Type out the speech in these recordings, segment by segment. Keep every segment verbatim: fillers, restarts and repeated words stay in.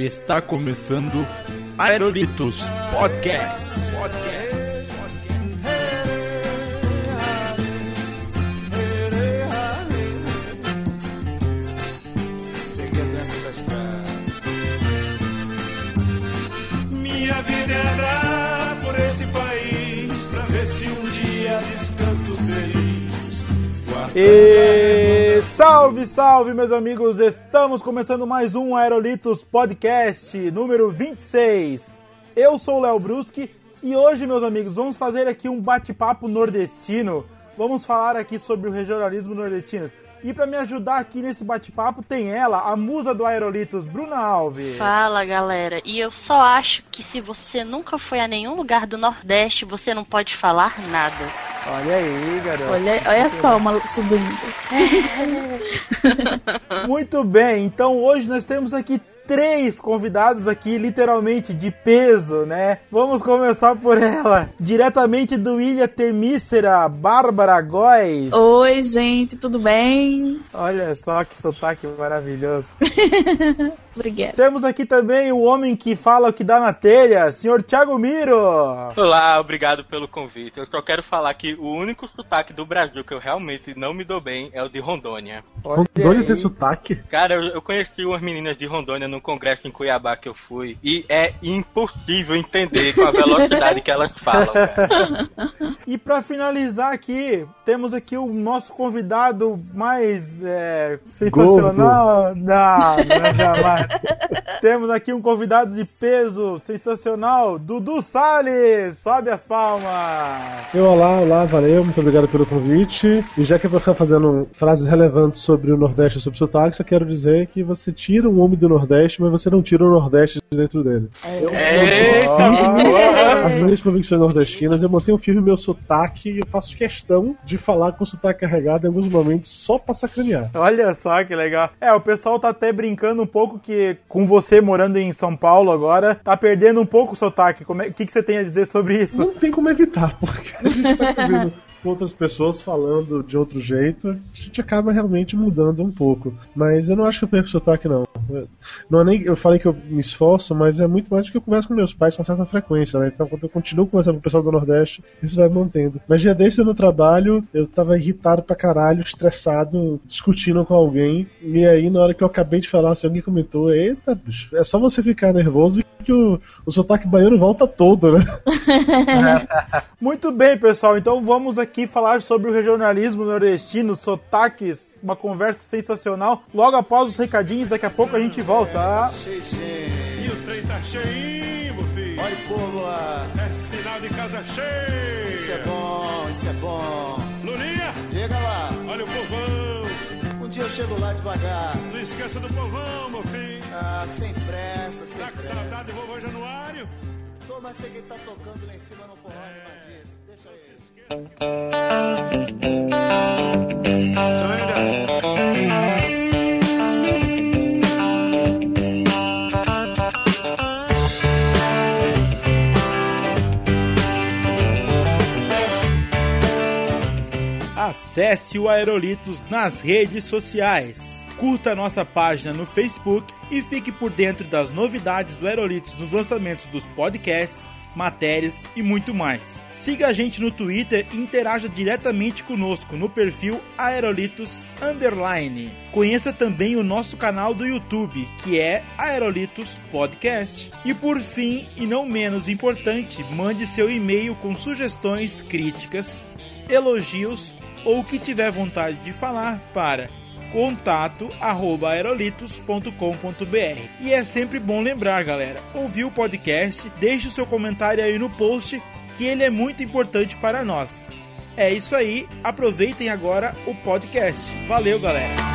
Está começando Aerolitos Podcast. Podcast. Minha vida é andar por esse país pra ver se um dia descanso feliz. E salve, salve, meus amigos! Estamos começando mais um Aerolitos Podcast número vinte e seis. Eu sou o Léo Bruschi e hoje, meus amigos, vamos fazer aqui um bate-papo nordestino. Vamos falar aqui sobre o regionalismo nordestino. E para me ajudar aqui nesse bate-papo tem ela, a musa do Aerolitos, Bruna Alves. Fala, galera. E eu só acho que se você nunca foi a nenhum lugar do Nordeste, você não pode falar nada. Olha aí, garoto. Olha, olha as palmas subindo. Muito bem, então hoje nós temos aqui três convidados aqui, literalmente, de peso, né? Vamos começar por ela, diretamente do Ilha Temícera, Bárbara Góes. Oi, gente, tudo bem? Olha só que sotaque maravilhoso. Obrigada. Temos aqui também o homem que fala o que dá na telha, senhor Thiago Miro. Olá, obrigado pelo convite. Eu só quero falar que o único sotaque do Brasil que eu realmente não me dou bem é o de Rondônia. Olha Rondônia aí. tem sotaque? Cara, eu, eu conheci umas meninas de Rondônia no congresso em Cuiabá que eu fui e é impossível entender com a velocidade que elas falam, cara. E pra finalizar aqui, temos aqui o nosso convidado mais é, sensacional. Não, não jamais. Temos aqui um convidado de peso sensacional, Dudu Salles. Sobe as palmas. Eu, olá, olá, valeu, muito obrigado pelo convite. E já que eu vou ficar fazendo frases relevantes sobre o Nordeste e sobre sotaques, eu quero dizer que você tira um homem do Nordeste, mas você não tira o Nordeste de dentro dele. Eita! As minhas convicções nordestinas, eu mantenho firme meu sotaque e eu faço questão de falar com o sotaque carregado em alguns momentos só pra sacanear. Olha só que legal. É, o pessoal tá até brincando um pouco que com você morando em São Paulo agora, tá perdendo um pouco o sotaque. O é, que, que você tem a dizer sobre isso? Não tem como evitar, porque a gente tá vendo com outras pessoas falando de outro jeito, a gente acaba realmente mudando um pouco. Mas eu não acho que eu perco o sotaque, não. Não é nem, eu falei que eu me esforço, mas é muito mais porque eu converso com meus pais com certa frequência, né? Então quando eu continuo conversando com o pessoal do Nordeste, isso vai mantendo. Mas dia desse no trabalho, eu tava irritado pra caralho, estressado, discutindo com alguém, e aí na hora que eu acabei de falar, assim, alguém comentou, eita, bicho, é só você ficar nervoso que o, o sotaque baiano volta todo, né? Muito bem, pessoal, então vamos aqui falar sobre o regionalismo nordestino, sotaques, uma conversa sensacional, logo após os recadinhos, daqui a pouco a gente volta. E o trem tá cheinho, meu filho. Olha o povo lá. É sinal de casa cheia. Isso é bom, isso é bom. Lulinha, Chega lá. olha o povão. Um dia eu chego lá devagar. Não esqueça do povão, meu filho. Ah, sem pressa, sem Tá com pressa. saudade do vovô Januário? Tô, mas sei quem tá tocando lá em cima no forró de Matias. Deixa ele. Acesse o Aerolitos nas redes sociais. Curta a nossa página no Facebook e fique por dentro das novidades do Aerolitos nos lançamentos dos podcasts, matérias e muito mais. Siga a gente no Twitter e interaja diretamente conosco no perfil Aerolitos Underline. Conheça também o nosso canal do YouTube, que é Aerolitos Podcast. E por fim, e não menos importante, mande seu e-mail com sugestões, críticas, elogios ou o que tiver vontade de falar para contato arroba aerolitos ponto com ponto br. E é sempre bom lembrar, galera, ouvir o podcast, deixe o seu comentário aí no post, que ele é muito importante para nós. É isso aí, aproveitem agora o podcast. Valeu, galera!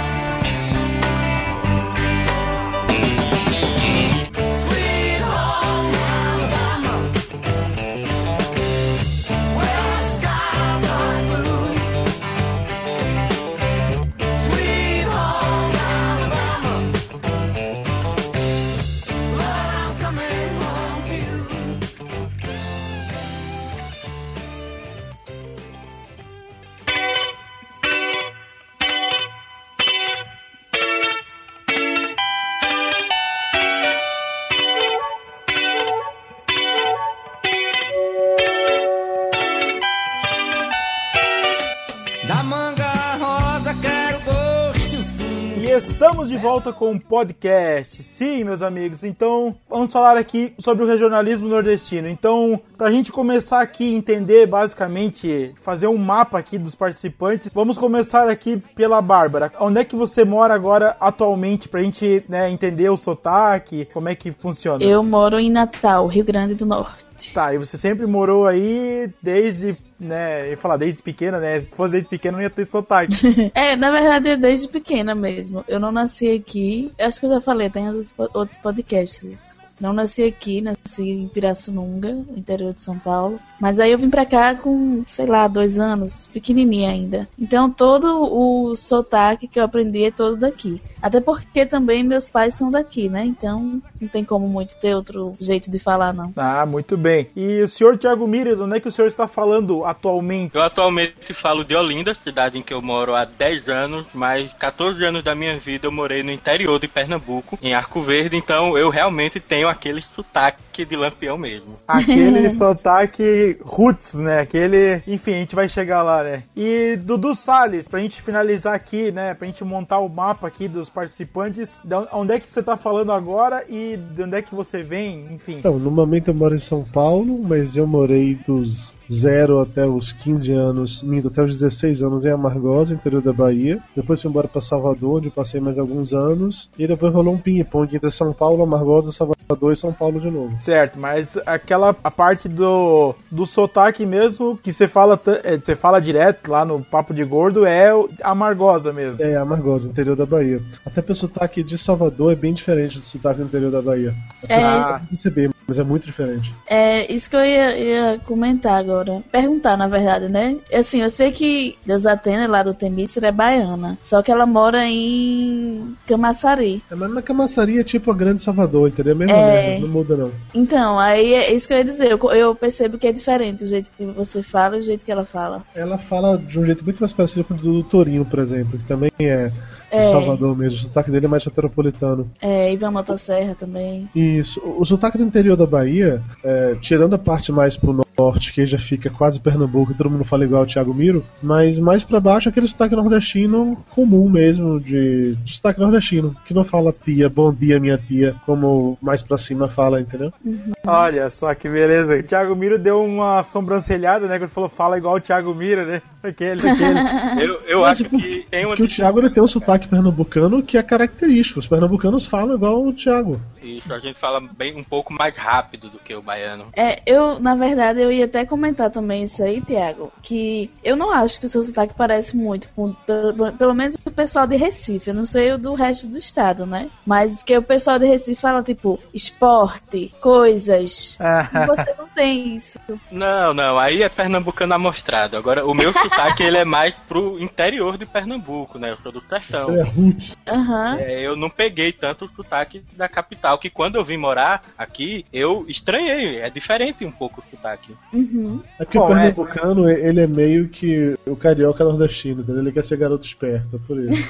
Estamos de volta com o podcast. Sim, meus amigos. Então, vamos falar aqui sobre o regionalismo nordestino. Então, pra gente começar aqui a entender, basicamente, fazer um mapa aqui dos participantes, vamos começar aqui pela Bárbara. Onde é que você mora agora atualmente, pra gente, né, entender o sotaque, como é que funciona? Eu moro em Natal, Rio Grande do Norte. Tá, e você sempre morou aí desde, né, eu ia falar desde pequena, né? Se fosse desde pequena não ia ter sotaque. É, na verdade é desde pequena mesmo. Eu não nasci aqui, acho que eu já falei, tem outros, outros podcasts. Não nasci aqui, nasci em Pirassununga, no interior de São Paulo. Mas aí eu vim pra cá com, sei lá, dois anos, pequenininha ainda. Então todo o sotaque que eu aprendi é todo daqui. Até porque também meus pais são daqui, né? Então não tem como muito ter outro jeito de falar, não. Ah, muito bem. E o senhor Thiago Mira, onde é que o senhor está falando atualmente? Eu atualmente falo de Olinda, cidade em que eu moro há dez anos, mas catorze anos da minha vida eu morei no interior de Pernambuco, em Arco Verde, então eu realmente tenho aquele sotaque de Lampião mesmo. Aquele sotaque roots, né? Aquele... Enfim, a gente vai chegar lá, né? E Dudu Salles, pra gente finalizar aqui, né? Pra gente montar o mapa aqui dos participantes, de onde é que você tá falando agora e de onde é que você vem, enfim. Então, no momento eu moro em São Paulo, mas eu morei dos zero até os quinze anos, minto, até os dezesseis anos em Amargosa, interior da Bahia. Depois fui embora pra Salvador, onde passei mais alguns anos. E depois rolou um ping-pong entre São Paulo, Amargosa, Salvador e São Paulo de novo. Certo, mas aquela a parte do, do sotaque mesmo, que você fala, você fala direto lá no Papo de Gordo, é Amargosa mesmo. É, Amargosa, interior da Bahia. Até pelo sotaque de Salvador é bem diferente do sotaque do interior da Bahia. As pessoas É. não podem perceber, mas é muito diferente. É isso que eu ia, ia comentar agora. Perguntar, na verdade, né? Assim, eu sei que Deus Atena, lá do Temícero, é baiana. Só que ela mora em Camaçari. É, mas na Camaçari é tipo a Grande Salvador, entendeu? Mesmo É. merda, não muda não. Então, aí é isso que eu ia dizer. Eu, eu percebo que é diferente o jeito que você fala e o jeito que ela fala. Ela fala de um jeito muito mais parecido com o do Torino, por exemplo, que também é de É. Salvador mesmo. O sotaque dele é mais soteropolitano. É, Ivan Motosserra também. Isso. O, o sotaque do interior da Bahia, é, tirando a parte mais pro norte, que aí já fica quase Pernambuco, e todo mundo fala igual o Thiago Miro, mas mais pra baixo aquele sotaque nordestino comum mesmo, de, de sotaque nordestino, que não fala tia, bom dia minha tia, como mais pra cima fala, entendeu? Olha só que beleza. O Thiago Miro deu uma sobrancelhada, né? Quando falou fala igual o Thiago Miro, né? Aquele, aquele. Eu, eu Mas acho por- que tem uma... Porque o Thiago ele tem um sotaque pernambucano que é característico. Os pernambucanos falam igual o Thiago. Isso, a gente fala bem um pouco mais rápido do que o baiano. É, eu, na verdade, eu ia até comentar também isso aí, Thiago, que eu não acho que o seu sotaque parece muito com, pelo, pelo menos o pessoal de Recife, eu não sei o do resto do estado, né? Mas que o pessoal de Recife fala, tipo, esporte, coisas. E você não tem isso. Não, não, aí é pernambucano amostrado. Agora, o meu sotaque, ele é mais pro interior de Pernambuco, né? Eu sou do sertão. Isso é roots. Aham. É, eu não peguei tanto o sotaque da capital, que quando eu vim morar aqui, eu estranhei. É diferente um pouco o sotaque. Uhum. É porque Bom, o é- pernambucano, ele é meio que o carioca nordestino, entendeu? Ele quer ser garoto esperto, é por isso.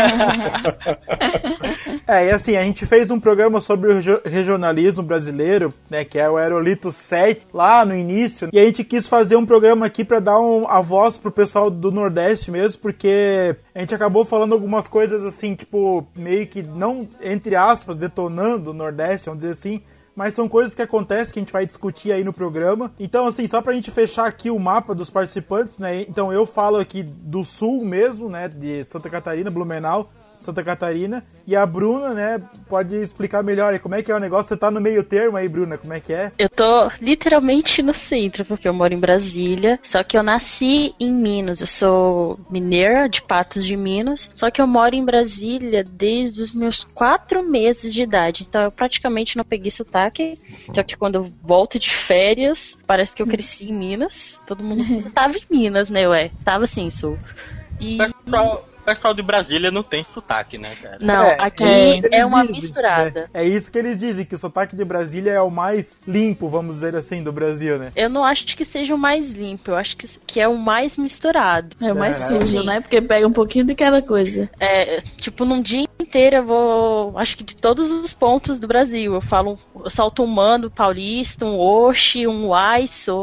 É, e assim, a gente fez um programa sobre o regi- regionalismo brasileiro, né, que é o Aerolito sete, lá no início, e a gente quis fazer um programa aqui pra dar um, a voz pro pessoal do Nordeste mesmo, porque a gente acabou falando algumas coisas assim, tipo, meio que não, entre aspas, detonando o Nordeste, vamos dizer assim, mas são coisas que acontecem que a gente vai discutir aí no programa. Então, assim, só pra gente fechar aqui o mapa dos participantes, né? Então eu falo aqui do sul mesmo, né? De Santa Catarina, Blumenau, Santa Catarina. E a Bruna, né? Pode explicar melhor aí como é que é o negócio. Você tá no meio termo aí, Bruna, como é que é? Eu tô literalmente no centro, porque eu moro em Brasília, só que eu nasci em Minas. Eu sou mineira, de Patos de Minas, só que eu moro em Brasília desde os meus quatro meses de idade, então eu praticamente não peguei sotaque, só que quando eu volto de férias, parece que eu cresci em Minas. Todo mundo tava em Minas, né, ué? Tava assim, sou. E... Pessoal, pessoal de Brasília não tem sotaque, né, cara? Não, É, aqui é, é, eles uma dizem, misturada. né? É isso que eles dizem, que o sotaque de Brasília é o mais limpo, vamos dizer assim, do Brasil, né? Eu não acho que seja o mais limpo, eu acho que, que é o mais misturado. É o mais Caralho. sujo, né? Porque pega um pouquinho de cada coisa. É, tipo, num dia inteiro eu vou, acho que de todos os pontos do Brasil, eu falo, eu solto um mando paulista, um oxe, um uai, sou.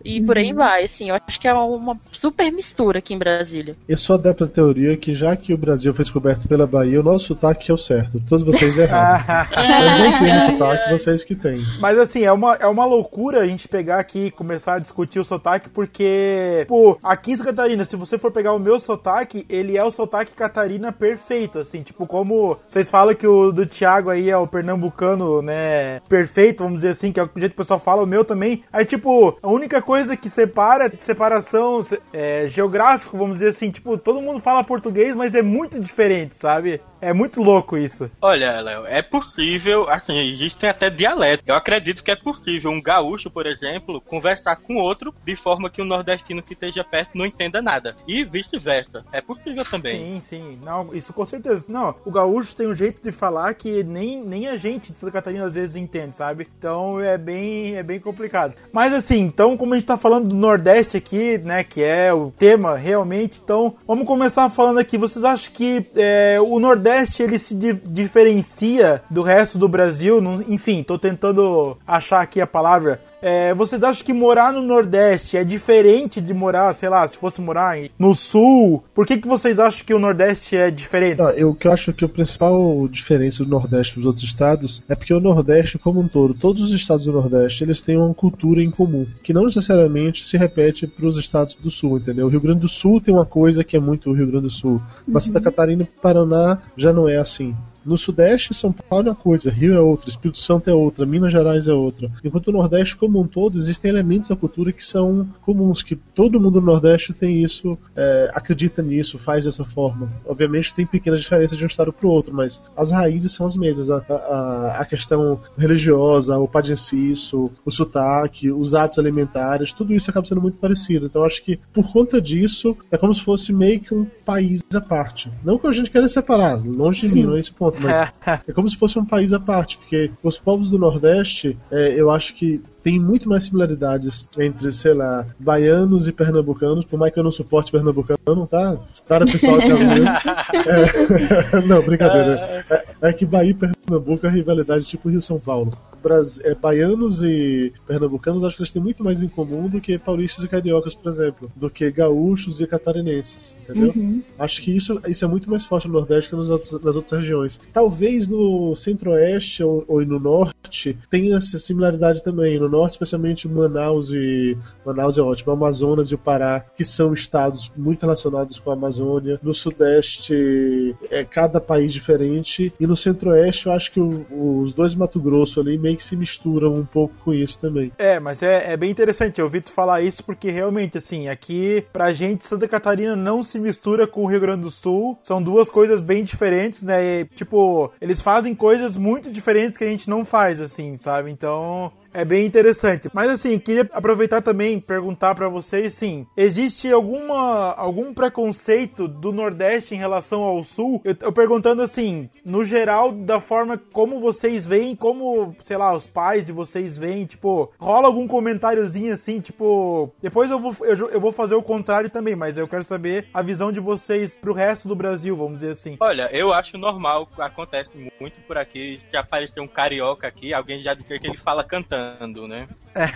e por aí vai, assim, eu acho que é uma super mistura aqui em Brasília. Eu sou adepto da teoria que já que o Brasil foi descoberto pela Bahia, o nosso sotaque é o certo. Todos vocês erraram. Nós não temos sotaque, vocês que têm. Mas assim, é uma, é uma loucura a gente pegar aqui e começar a discutir o sotaque, porque, pô, aqui em Santa Catarina, se você for pegar o meu sotaque, ele é o sotaque catarina perfeito, assim, tipo, como vocês falam que o do Thiago aí é o pernambucano, né, perfeito, vamos dizer assim, que é o jeito que o pessoal fala, o meu também. Aí, tipo, a única coisa que separa, separação é, geográfico, vamos dizer assim, tipo, todo mundo fala português, mas é muito diferente, sabe? É muito louco isso. Olha, Léo, é possível, assim, existem até dialetos. Eu acredito que é possível um gaúcho, por exemplo, conversar com outro de forma que o nordestino que esteja perto não entenda nada. E vice-versa. É possível também. Sim, sim. Não, isso com certeza. Não, o gaúcho tem um jeito de falar que nem, nem a gente de Santa Catarina às vezes entende, sabe? Então é bem, é bem complicado. Mas assim, então como a gente tá falando do Nordeste aqui, né, que é o tema realmente, então vamos começar falando aqui. Vocês acham que é, o Nordeste ele se di- diferencia do resto do Brasil? Enfim, tô tentando achar aqui a palavra. É, vocês acham que morar no Nordeste é diferente de morar, sei lá, se fosse morar no Sul? Por que que vocês acham que o Nordeste é diferente? Ah, eu que acho que a principal diferença do Nordeste dos outros estados é porque o Nordeste como um todo, todos os estados do Nordeste, eles têm uma cultura em comum, que não necessariamente se repete para os estados do Sul, entendeu? O Rio Grande do Sul tem uma coisa que é muito o Rio Grande do Sul, mas Santa Catarina e Paraná já não é assim. No Sudeste, São Paulo é uma coisa, Rio é outra, Espírito Santo é outra, Minas Gerais é outra. Enquanto o Nordeste, como um todo, existem elementos da cultura que são comuns, que todo mundo no Nordeste tem isso, é, acredita nisso, faz dessa forma. Obviamente tem pequenas diferenças de um estado para o outro, mas as raízes são as mesmas. A, a, a questão religiosa, o padeciço, o sotaque, os hábitos alimentares, tudo isso acaba sendo muito parecido. Então acho que, por conta disso, é como se fosse meio que um país à parte. Não que a gente queira separar, longe de mim, não é esse ponto. Mas é como se fosse um país à parte, porque os povos do Nordeste, é, eu acho que tem muito mais similaridades entre, sei lá, baianos e pernambucanos, por mais que eu não suporte pernambucano, tá? Para pessoal de aluno. É, não, brincadeira. É, é que Bahia e Pernambuco é rivalidade tipo Rio-São Paulo. Bras, é, baianos e pernambucanos, acho que eles têm muito mais em comum do que paulistas e cariocas, por exemplo, do que gaúchos e catarinenses, entendeu? Uhum. Acho que isso, isso é muito mais forte no Nordeste que nos outros, nas outras regiões. Talvez no Centro-Oeste ou, ou no Norte tenha essa similaridade também. No Norte, especialmente Manaus e... Manaus é ótimo, Amazonas e o Pará, que são estados muito relacionados com a Amazônia. No Sudeste, é cada país diferente. E no Centro-Oeste, eu acho que o, os dois Mato Grosso ali meio que se misturam um pouco com isso também. É, mas é, é bem interessante eu ouvi tu falar isso, porque realmente, assim, aqui pra gente Santa Catarina não se mistura com o Rio Grande do Sul, são duas coisas bem diferentes, né, e, tipo, eles fazem coisas muito diferentes que a gente não faz, assim, sabe, então... É bem interessante. Mas assim, queria aproveitar também e perguntar pra vocês, assim, existe alguma, algum preconceito do Nordeste em relação ao Sul? Eu, eu perguntando assim, no geral, da forma como vocês veem, como, sei lá, os pais de vocês veem, tipo, rola algum comentáriozinho assim, tipo... Depois eu vou, eu, eu vou fazer o contrário também, mas eu quero saber a visão de vocês pro resto do Brasil, vamos dizer assim. Olha, eu acho normal, acontece muito por aqui, se aparecer um carioca aqui, alguém já disse que ele fala cantando. Né?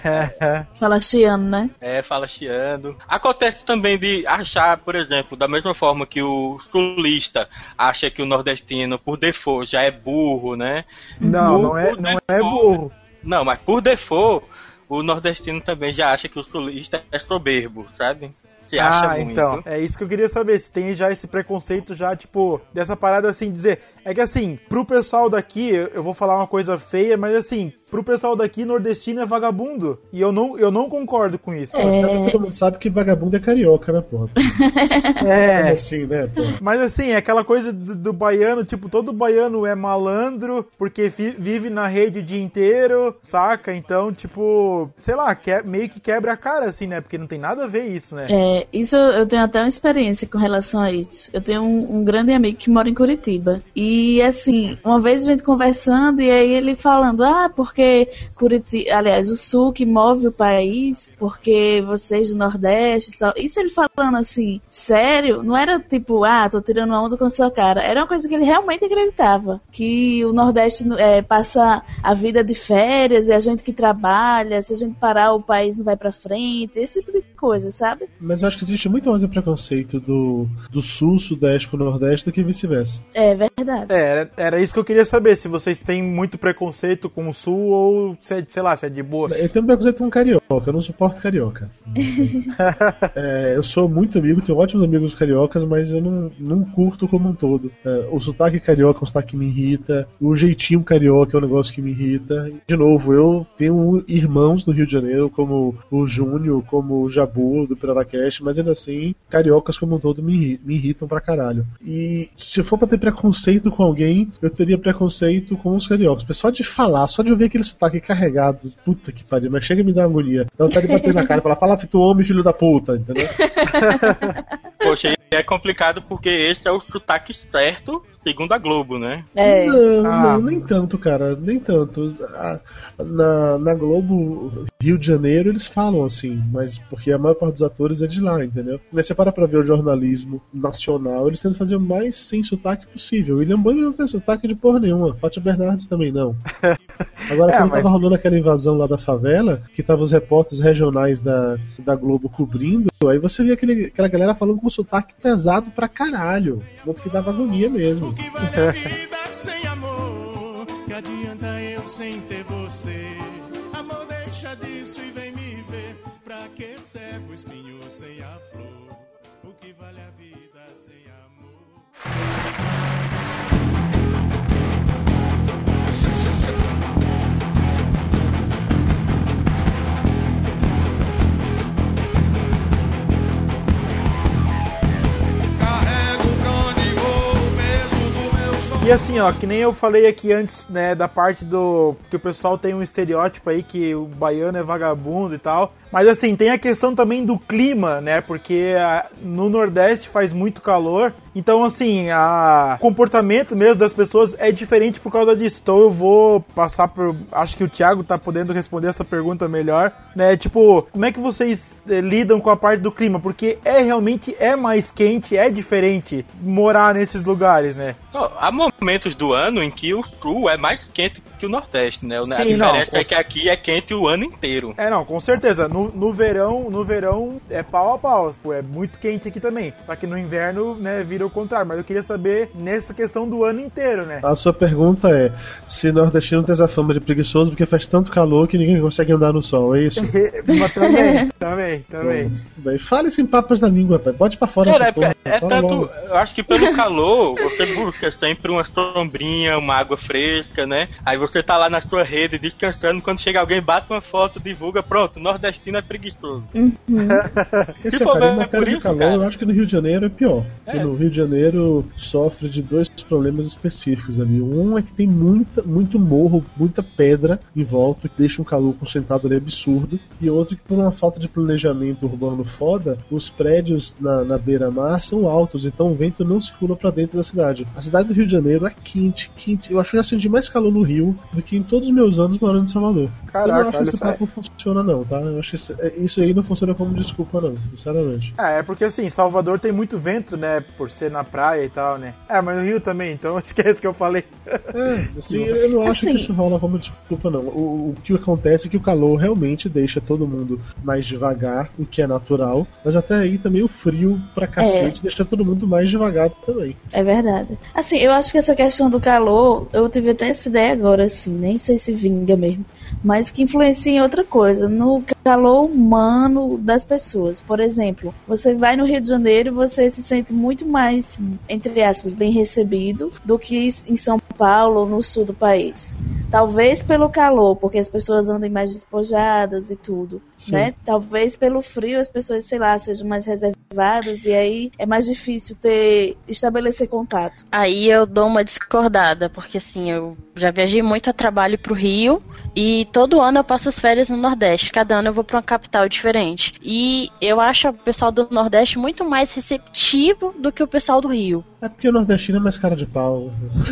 Fala chiando, né? É, fala chiando. Acontece também de achar, por exemplo, da mesma forma que o sulista acha que o nordestino, por default, já é burro, né? Não, por, não, é, não default, é burro. Não, mas por default, o nordestino também já acha que o sulista é soberbo, sabe? Você acha ah, muito. Então, é isso que eu queria saber, se tem já esse preconceito já, tipo, dessa parada assim, dizer, é que assim, pro pessoal daqui, eu vou falar uma coisa feia, mas assim, pro pessoal daqui, nordestino é vagabundo, e eu não, eu não concordo com isso. É... Todo mundo sabe que vagabundo é carioca, né, porra? É, é assim, né, porra? Mas assim, é aquela coisa do, do baiano, tipo, todo baiano é malandro, porque fi, vive na rede o dia inteiro, saca? Então, tipo, sei lá, que, meio que quebra a cara, assim, né, porque não tem nada a ver isso, né? É, isso eu tenho até uma experiência com relação a isso. Eu tenho um, um grande amigo que mora em Curitiba, e assim, uma vez a gente conversando, e aí ele falando, ah, porque porque Curitiba, aliás, o Sul que move o país, porque vocês do Nordeste, só... isso ele falando assim, sério, não era tipo, ah, tô tirando uma onda com a sua cara, era uma coisa que ele realmente acreditava, que o Nordeste é, passa a vida de férias e a gente que trabalha, se a gente parar o país não vai pra frente, esse tipo de coisa, sabe? Mas eu acho que existe muito mais o preconceito do, do Sul, Sudeste com o Nordeste do que vice-versa. É verdade. É, era, era isso que eu queria saber, se vocês têm muito preconceito com o Sul ou, se é, sei lá, se é de boa. Eu tenho preconceito com carioca, eu não suporto carioca. é, eu sou muito amigo, tenho ótimos amigos cariocas, mas eu não, não curto como um todo. É, o sotaque carioca é um sotaque que me irrita, o jeitinho carioca é um negócio que me irrita. De novo, eu tenho irmãos no Rio de Janeiro, como o Júnior, como o Jabu, do Piratacast, mas ainda assim, cariocas como um todo me, me irritam pra caralho. E se for pra ter preconceito com alguém, eu teria preconceito com os cariocas. Só de falar, só de ouvir aquele sotaque carregado, puta que pariu, mas chega a me dar agonia. Dá vontade de bater na cara e falar, fala tu homem, filho da puta, entendeu? Poxa, é complicado porque esse é o sotaque certo, segundo a Globo, né? É. Não, Ah. não, nem tanto, cara, nem tanto. Na, na Globo Rio de Janeiro eles falam assim, mas porque a maior parte dos atores é de lá, entendeu? Mas você para pra ver o jornalismo nacional, eles tentam fazer o mais sem sotaque possível. William Bonner não tem sotaque de porra nenhuma, Fátima Bernardes também não. Agora, É, quando mas- tava rolando aquela invasão lá da favela, que tava os repórteres regionais da, da Globo cobrindo, aí você via aquele, aquela galera falando com sotaque pesado pra caralho, tanto que dava agonia mesmo. O que vale a vida sem amor? Que adianta eu sem ter você? Amor, deixa disso e vem me ver. Pra que serve o espinho sem a flor? O que vale a vida sem amor? E assim, ó, que nem eu falei aqui antes, né, da parte do... que o pessoal tem um estereótipo aí que o baiano é vagabundo e tal. Mas assim, tem a questão também do clima, né, porque a, no Nordeste faz muito calor. Então, assim, a, o comportamento mesmo das pessoas é diferente por causa disso. Então eu vou passar por... acho que o Thiago tá podendo responder essa pergunta melhor, né, tipo, como é que vocês eh, lidam com a parte do clima? Porque é realmente, é mais quente, é diferente morar nesses lugares, né? Ó, há momentos do ano em que o Sul é mais quente que o Nordeste, né? A Sim, diferença não, é que aqui é quente o ano inteiro. É, não, com certeza. No, no verão, no verão é pau a pau. Pô, é muito quente aqui também. Só que no inverno, né, vira o contrário. Mas eu queria saber nessa questão do ano inteiro, né? A sua pergunta é se nordestino tem essa fama de preguiçoso porque faz tanto calor que ninguém consegue andar no sol, é isso? Mas também, também, também. Bem, fale sem papas na língua, pai. Bote pra fora Cara, essa é, porra. é Fala tanto. logo. Eu acho que pelo calor, você busca sempre uma sombrinha, uma água fresca, né? Aí você tá lá na sua rede descansando. Quando chega alguém, bate uma foto, divulga, pronto, nordestino é preguiçoso. Esse Se é, for cara, ver em matéria por de isso, calor, cara. eu acho que no Rio de Janeiro é pior. É. Porque no Rio de Janeiro sofre de dois problemas específicos ali. Um é que tem muita, muito morro, muita pedra em volta, que deixa um calor concentrado ali absurdo. E outro que, por uma falta de planejamento urbano foda, os prédios na, na beira-mar são altos, então o vento não circula pra dentro da cidade. A cidade do Rio de Janeiro é quente, quente. Eu acho que eu já senti mais calor no Rio do que em todos os meus anos morando em Salvador. Caraca, eu não acho olha que esse só. papo funciona não, tá? Eu acho que isso, isso aí não funciona como desculpa não, sinceramente. É, é porque assim, Salvador tem muito vento, né? Por ser na praia e tal, né? É, mas no Rio também, então esquece que eu falei. É, assim, eu não acho Assim. que isso rola como desculpa, não. O, o que acontece é que o calor realmente deixa todo mundo mais devagar, o que é natural, mas até aí também o frio pra cacete deixa todo mundo mais devagar também. É verdade. Assim, eu acho que essa questão do calor, eu tive até essa ideia agora, assim, nem sei se vinga mesmo, mas que influencia em outra coisa, no calor humano das pessoas. Por exemplo, você vai no Rio de Janeiro e você se sente muito mais, entre aspas, bem recebido do que em São Paulo ou no sul do país. Talvez pelo calor, porque as pessoas andam mais despojadas e tudo, Sim. né? Talvez pelo frio as pessoas, sei lá, sejam mais reservadas e aí é mais difícil ter, estabelecer contato. Aí eu dou uma discordada, porque assim, eu já viajei muito a trabalho pro Rio E todo ano eu passo as férias no Nordeste. Cada ano eu vou pra uma capital diferente. E eu acho o pessoal do Nordeste muito mais receptivo do que o pessoal do Rio. É porque o nordestino é mais cara de pau.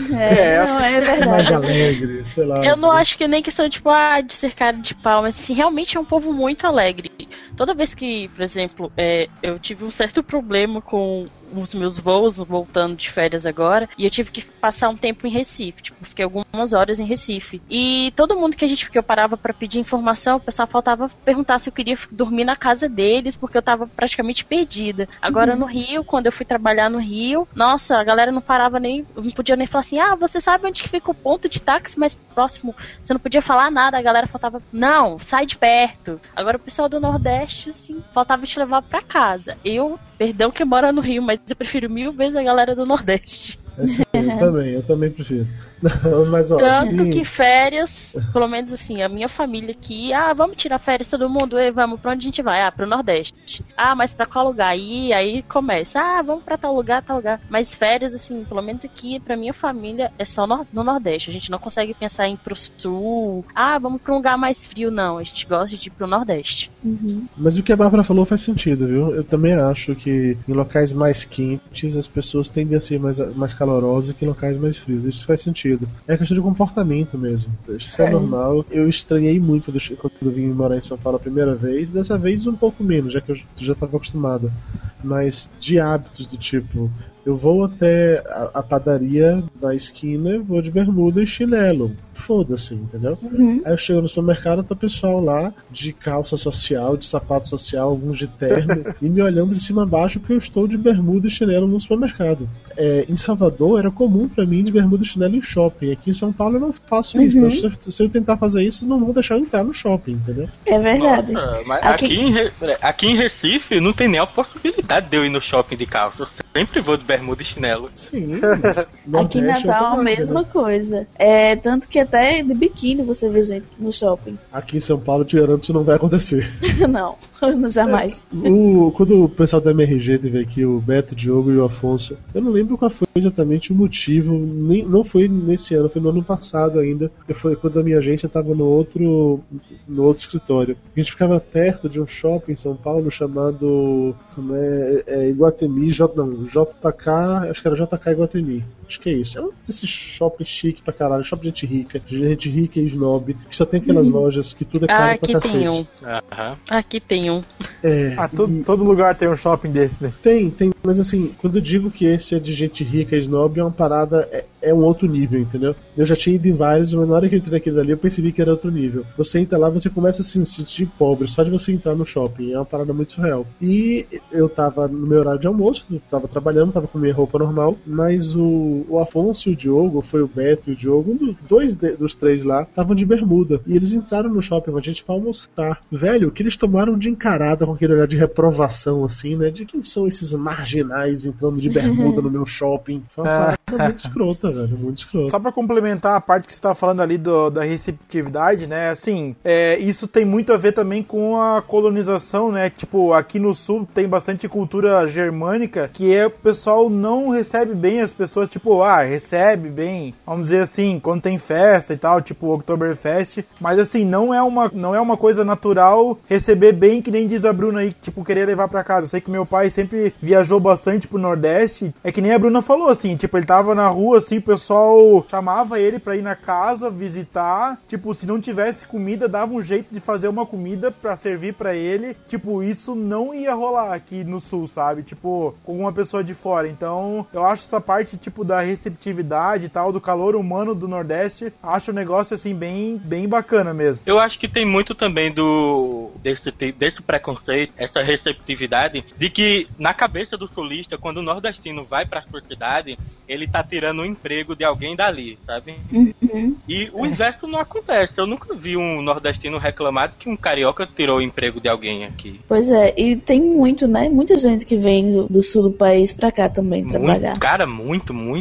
É, não, é verdade. Mais alegre, sei lá. Eu não acho que nem questão, tipo, ah, de ser cara de pau, mas assim, realmente é um povo muito alegre. Toda vez que, por exemplo, é, eu tive um certo problema com os meus voos, voltando de férias agora, e eu tive que passar um tempo em Recife, tipo, fiquei algumas horas em Recife. E todo mundo que a gente que eu parava pra pedir informação, o pessoal faltava perguntar se eu queria dormir na casa deles, porque eu tava praticamente perdida. Agora uhum. no Rio, quando eu fui trabalhar no Rio, nossa, a galera não parava nem, não podia nem falar assim, ah, você sabe onde que fica o ponto de táxi mais próximo? Você não podia falar nada, a galera faltava, não, sai de perto. Agora o pessoal do Nordeste, assim, faltava te levar pra casa. Eu, perdão que mora no Rio, mas eu prefiro mil vezes a galera do Nordeste. Assim, eu também, eu também prefiro. Mas, ó, Tanto assim... que férias, pelo menos assim, a minha família aqui, ah, vamos tirar férias todo mundo, e vamos, pra onde a gente vai? Ah, pro Nordeste. Ah, mas pra qual lugar? Aí, aí começa, ah, vamos pra tal lugar, tal lugar. Mas férias, assim, pelo menos aqui, pra minha família, é só no, no Nordeste. A gente não consegue pensar em ir pro Sul, ah, vamos pra um lugar mais frio, não. A gente gosta de ir pro Nordeste. Uhum. Mas o que a Bárbara falou faz sentido, viu? Eu também acho que em locais mais quentes, as pessoas tendem a ser mais, mais calorosas que em locais mais frios. Isso faz sentido. É questão de comportamento mesmo. Isso é, é normal. Eu estranhei muito quando eu vim morar em São Paulo a primeira vez. Dessa vez um pouco menos, já que eu já estava acostumado. Mas de hábitos do tipo, eu vou até a, a padaria da esquina, vou de bermuda e chinelo. Foda-se, entendeu? Uhum. Aí eu chego no supermercado, tá o pessoal lá de calça social, de sapato social, alguns de terno, e me olhando de cima a baixo porque eu estou de bermuda e chinelo no supermercado. É, em Salvador era comum pra mim de bermuda e chinelo em shopping. Aqui em São Paulo eu não faço isso. Uhum. Se, se eu tentar fazer isso, eles não vão deixar eu entrar no shopping, entendeu? É verdade. Nossa, mas aqui... Aqui, em, aqui em Recife não tem nem a possibilidade de eu ir no shopping de calça. Eu sempre vou de bermuda e chinelo. Sim. Aqui em Natal a mesma né? coisa. É, tanto que até de biquíni você vê gente no shopping. Aqui em São Paulo eu te garanto que isso não vai acontecer. Não, jamais. É, o, quando o pessoal da M R G teve aqui, o Beto, o Diogo e o Afonso, eu não lembro qual foi exatamente o motivo, nem, não foi nesse ano, foi no ano passado ainda, que foi quando a minha agência estava no outro, no outro escritório. A gente ficava perto de um shopping em São Paulo chamado como é, é, Iguatemi, J, não, J K, acho que era J K Iguatemi. Acho que é isso. É um desses shopping chique pra caralho, shopping de gente rica, gente rica e snob, que só tem aquelas lojas que tudo é caro ah, pra cacete. Aqui tem um. Uhum. Aqui tem um. É, ah, todo, e... todo lugar tem um shopping desse, né? Tem, tem, mas assim, quando eu digo que esse é de gente rica e snob, é uma parada, é, é um outro nível, entendeu? Eu já tinha ido em vários, mas na hora que eu entrei aqui dali, eu percebi que era outro nível. Você entra lá, você começa a se sentir pobre, só de você entrar no shopping, é uma parada muito surreal. E eu tava no meu horário de almoço, tava trabalhando, tava com minha roupa normal, mas o, o Afonso e o Diogo, foi o Beto e o Diogo, um dos, dois de, dos três lá, estavam de bermuda. E eles entraram no shopping com a gente pra almoçar. Velho, o que eles tomaram de encarada com aquele olhar de reprovação, assim, né? De quem são esses marginais entrando de bermuda no meu shopping? Foi uma parada muito escrota, velho, muito escrota. Só pra complementar a parte que você tava falando ali do, da receptividade, né? Assim, é, isso tem muito a ver também com a colonização, né? Tipo, aqui no sul tem bastante cultura germânica que é, o pessoal não recebe bem as pessoas, tipo, ah, recebe bem, vamos dizer assim, quando tem festa e tal, tipo Oktoberfest, mas assim, não é uma, não é uma coisa natural receber bem, que nem diz a Bruna aí, tipo, querer levar pra casa. Eu sei que meu pai sempre viajou bastante pro Nordeste, é que nem a Bruna falou, assim, tipo, ele tava na rua, assim, o pessoal chamava ele pra ir na casa, visitar, tipo, se não tivesse comida, dava um jeito de fazer uma comida pra servir pra ele, tipo, isso não ia rolar aqui no sul, sabe, tipo, com uma pessoa de fora. Então, eu acho essa parte, tipo, da receptividade e tal, do calor humano do Nordeste, acho o negócio, assim, bem, bem bacana mesmo. Eu acho que tem muito também do desse, desse preconceito, essa receptividade, de que na cabeça do sulista, quando o nordestino vai pra sua cidade, ele tá tirando o emprego de alguém dali, sabe? Uhum. E o inverso não acontece. Eu nunca vi um nordestino reclamar de que um carioca tirou o emprego de alguém aqui. Pois é, e tem muito, né? Muita gente que vem do, do sul do país pra cá também muito, trabalhar. Cara, muito, muito.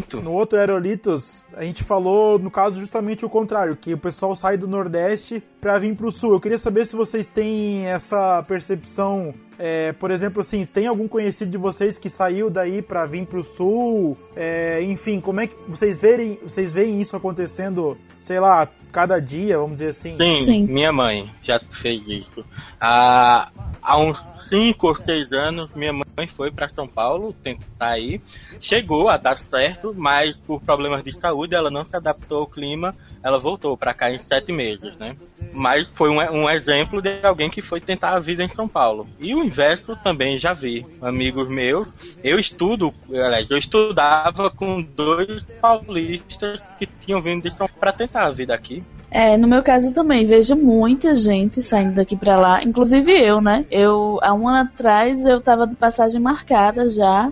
muito. No outro Aerolitos, a gente falou, no caso, justamente o contrário, que o pessoal sai do Nordeste pra vir pro Sul. Eu queria saber se vocês têm essa percepção, é, por exemplo, assim, tem algum conhecido de vocês que saiu daí pra vir pro Sul? É, enfim, como é que vocês veem, vocês veem isso acontecendo, sei lá, cada dia, vamos dizer assim? Sim, Sim. minha mãe já fez isso. Há, há uns cinco ou seis anos, minha mãe foi para São Paulo tentar ir. Chegou a dar certo, mas por problemas de saúde ela não se adaptou ao clima. Ela voltou para cá em sete meses, né? Mas foi um, um exemplo de alguém que foi tentar a vida em São Paulo. E o inverso também já vi. Amigos meus, eu estudo, aliás, eu estudava com dois paulistas que tinham vindo de São Paulo para tentar a vida aqui. É, no meu caso também, vejo muita gente saindo daqui pra lá, inclusive eu, né? Eu, há um ano atrás, eu tava de passagem marcada já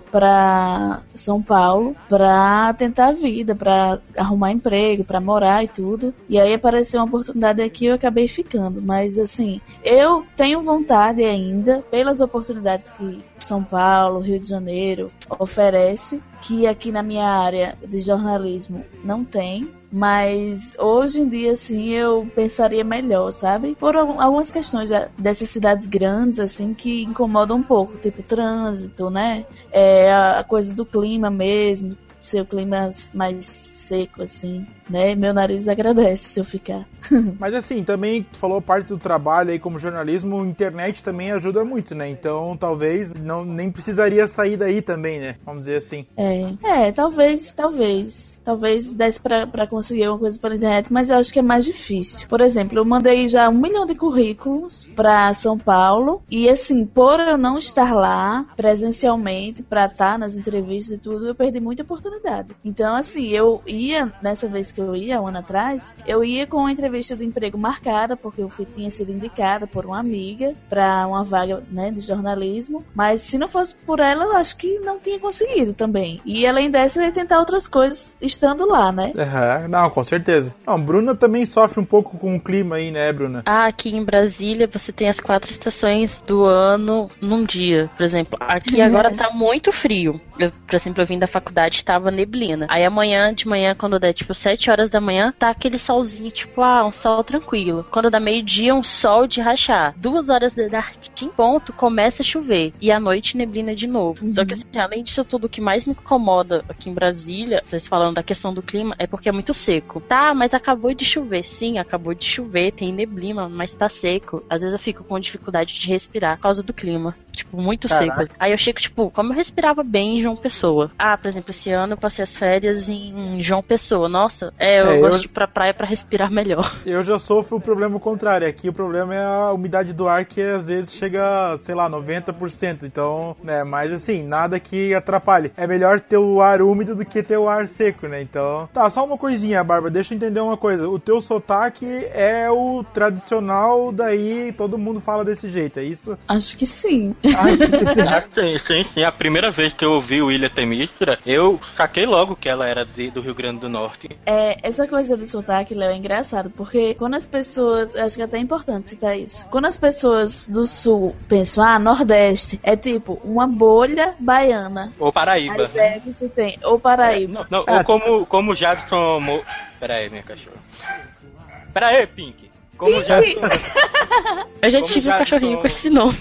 pra São Paulo, pra tentar a vida, pra arrumar emprego, pra morar e tudo. E aí apareceu uma oportunidade aqui e eu acabei ficando. Mas, assim, eu tenho vontade ainda, pelas oportunidades que São Paulo, Rio de Janeiro oferece, que aqui na minha área de jornalismo não tem. Mas hoje em dia, assim, eu pensaria melhor, sabe? Por algumas questões dessas cidades grandes, assim, que incomodam um pouco, tipo trânsito, né? É, a coisa do clima mesmo, ser o clima mais seco, assim, né? Meu nariz agradece se eu ficar. Mas assim, também tu falou parte do trabalho aí como jornalismo, a internet também ajuda muito, né? Então talvez não, nem precisaria sair daí também, né? Vamos dizer assim. É, é talvez, talvez. Talvez desse pra, pra conseguir uma coisa pela internet, mas eu acho que é mais difícil. Por exemplo, eu mandei já um milhão de currículos pra São Paulo e assim, por eu não estar lá presencialmente pra estar nas entrevistas e tudo, eu perdi muita oportunidade. Então assim, eu ia, nessa vez que eu ia, um ano atrás, eu ia com uma entrevista de emprego marcada, porque eu fui, tinha sido indicada por uma amiga para uma vaga, né, de jornalismo, mas se não fosse por ela, eu acho que não tinha conseguido também. E além dessa, eu ia tentar outras coisas estando lá, né? Uhum. Não, com certeza. Não, Bruna também sofre um pouco com o clima aí, né, Bruna? Ah, aqui em Brasília você tem as quatro estações do ano num dia. Por exemplo, aqui É. agora tá muito frio. Eu, por exemplo, eu vim da faculdade, tava neblina. Aí amanhã, de manhã, quando der tipo sete horas da manhã, tá aquele solzinho, tipo, ah, um sol tranquilo. Quando dá meio-dia, um sol de rachar. Duas horas da tarde, em ponto, começa a chover. E à noite, neblina de novo. Uhum. Só que, assim, além disso tudo, o que mais me incomoda aqui em Brasília, vocês falando da questão do clima, é porque é muito seco. Tá, mas acabou de chover. Sim, acabou de chover, tem neblina, mas tá seco. Às vezes eu fico com dificuldade de respirar por causa do clima. Tipo, muito Caraca. seco. Aí eu chego, tipo, como eu respirava bem em João Pessoa. Ah, por exemplo, esse ano eu passei as férias em João Pessoa. Nossa, é, eu É, gosto eu- de ir pra praia pra respirar melhor. Eu já sofro o problema contrário. Aqui o problema é a umidade do ar, que às vezes chega, sei lá, noventa por cento. Então, né, mas assim, nada que atrapalhe. É melhor ter o ar úmido do que ter o ar seco, né? Então, tá, só uma coisinha, Bárbara, deixa eu entender uma coisa. O teu sotaque é o tradicional, daí todo mundo fala desse jeito, é isso? Acho que sim. Ai, que esse- Ah, sim, sim, sim. A primeira vez que eu ouvi o Ilha Temístra, eu saquei logo que ela era de- do Rio Grande do Norte. É, essa coisa do sotaque, Léo, é engraçado, porque quando as pessoas, eu acho que é até importante citar isso, quando as pessoas do sul pensam, ah, Nordeste, é tipo uma bolha baiana. Ou Paraíba. A ideia que você tem, ou Paraíba. Não, não, Ah, ou como, como Jadson... Mo... Pera aí, minha cachorra. Pera aí, Pink. Como Pink! Jadson... Eu já Como tive já um cachorrinho tô- com esse nome.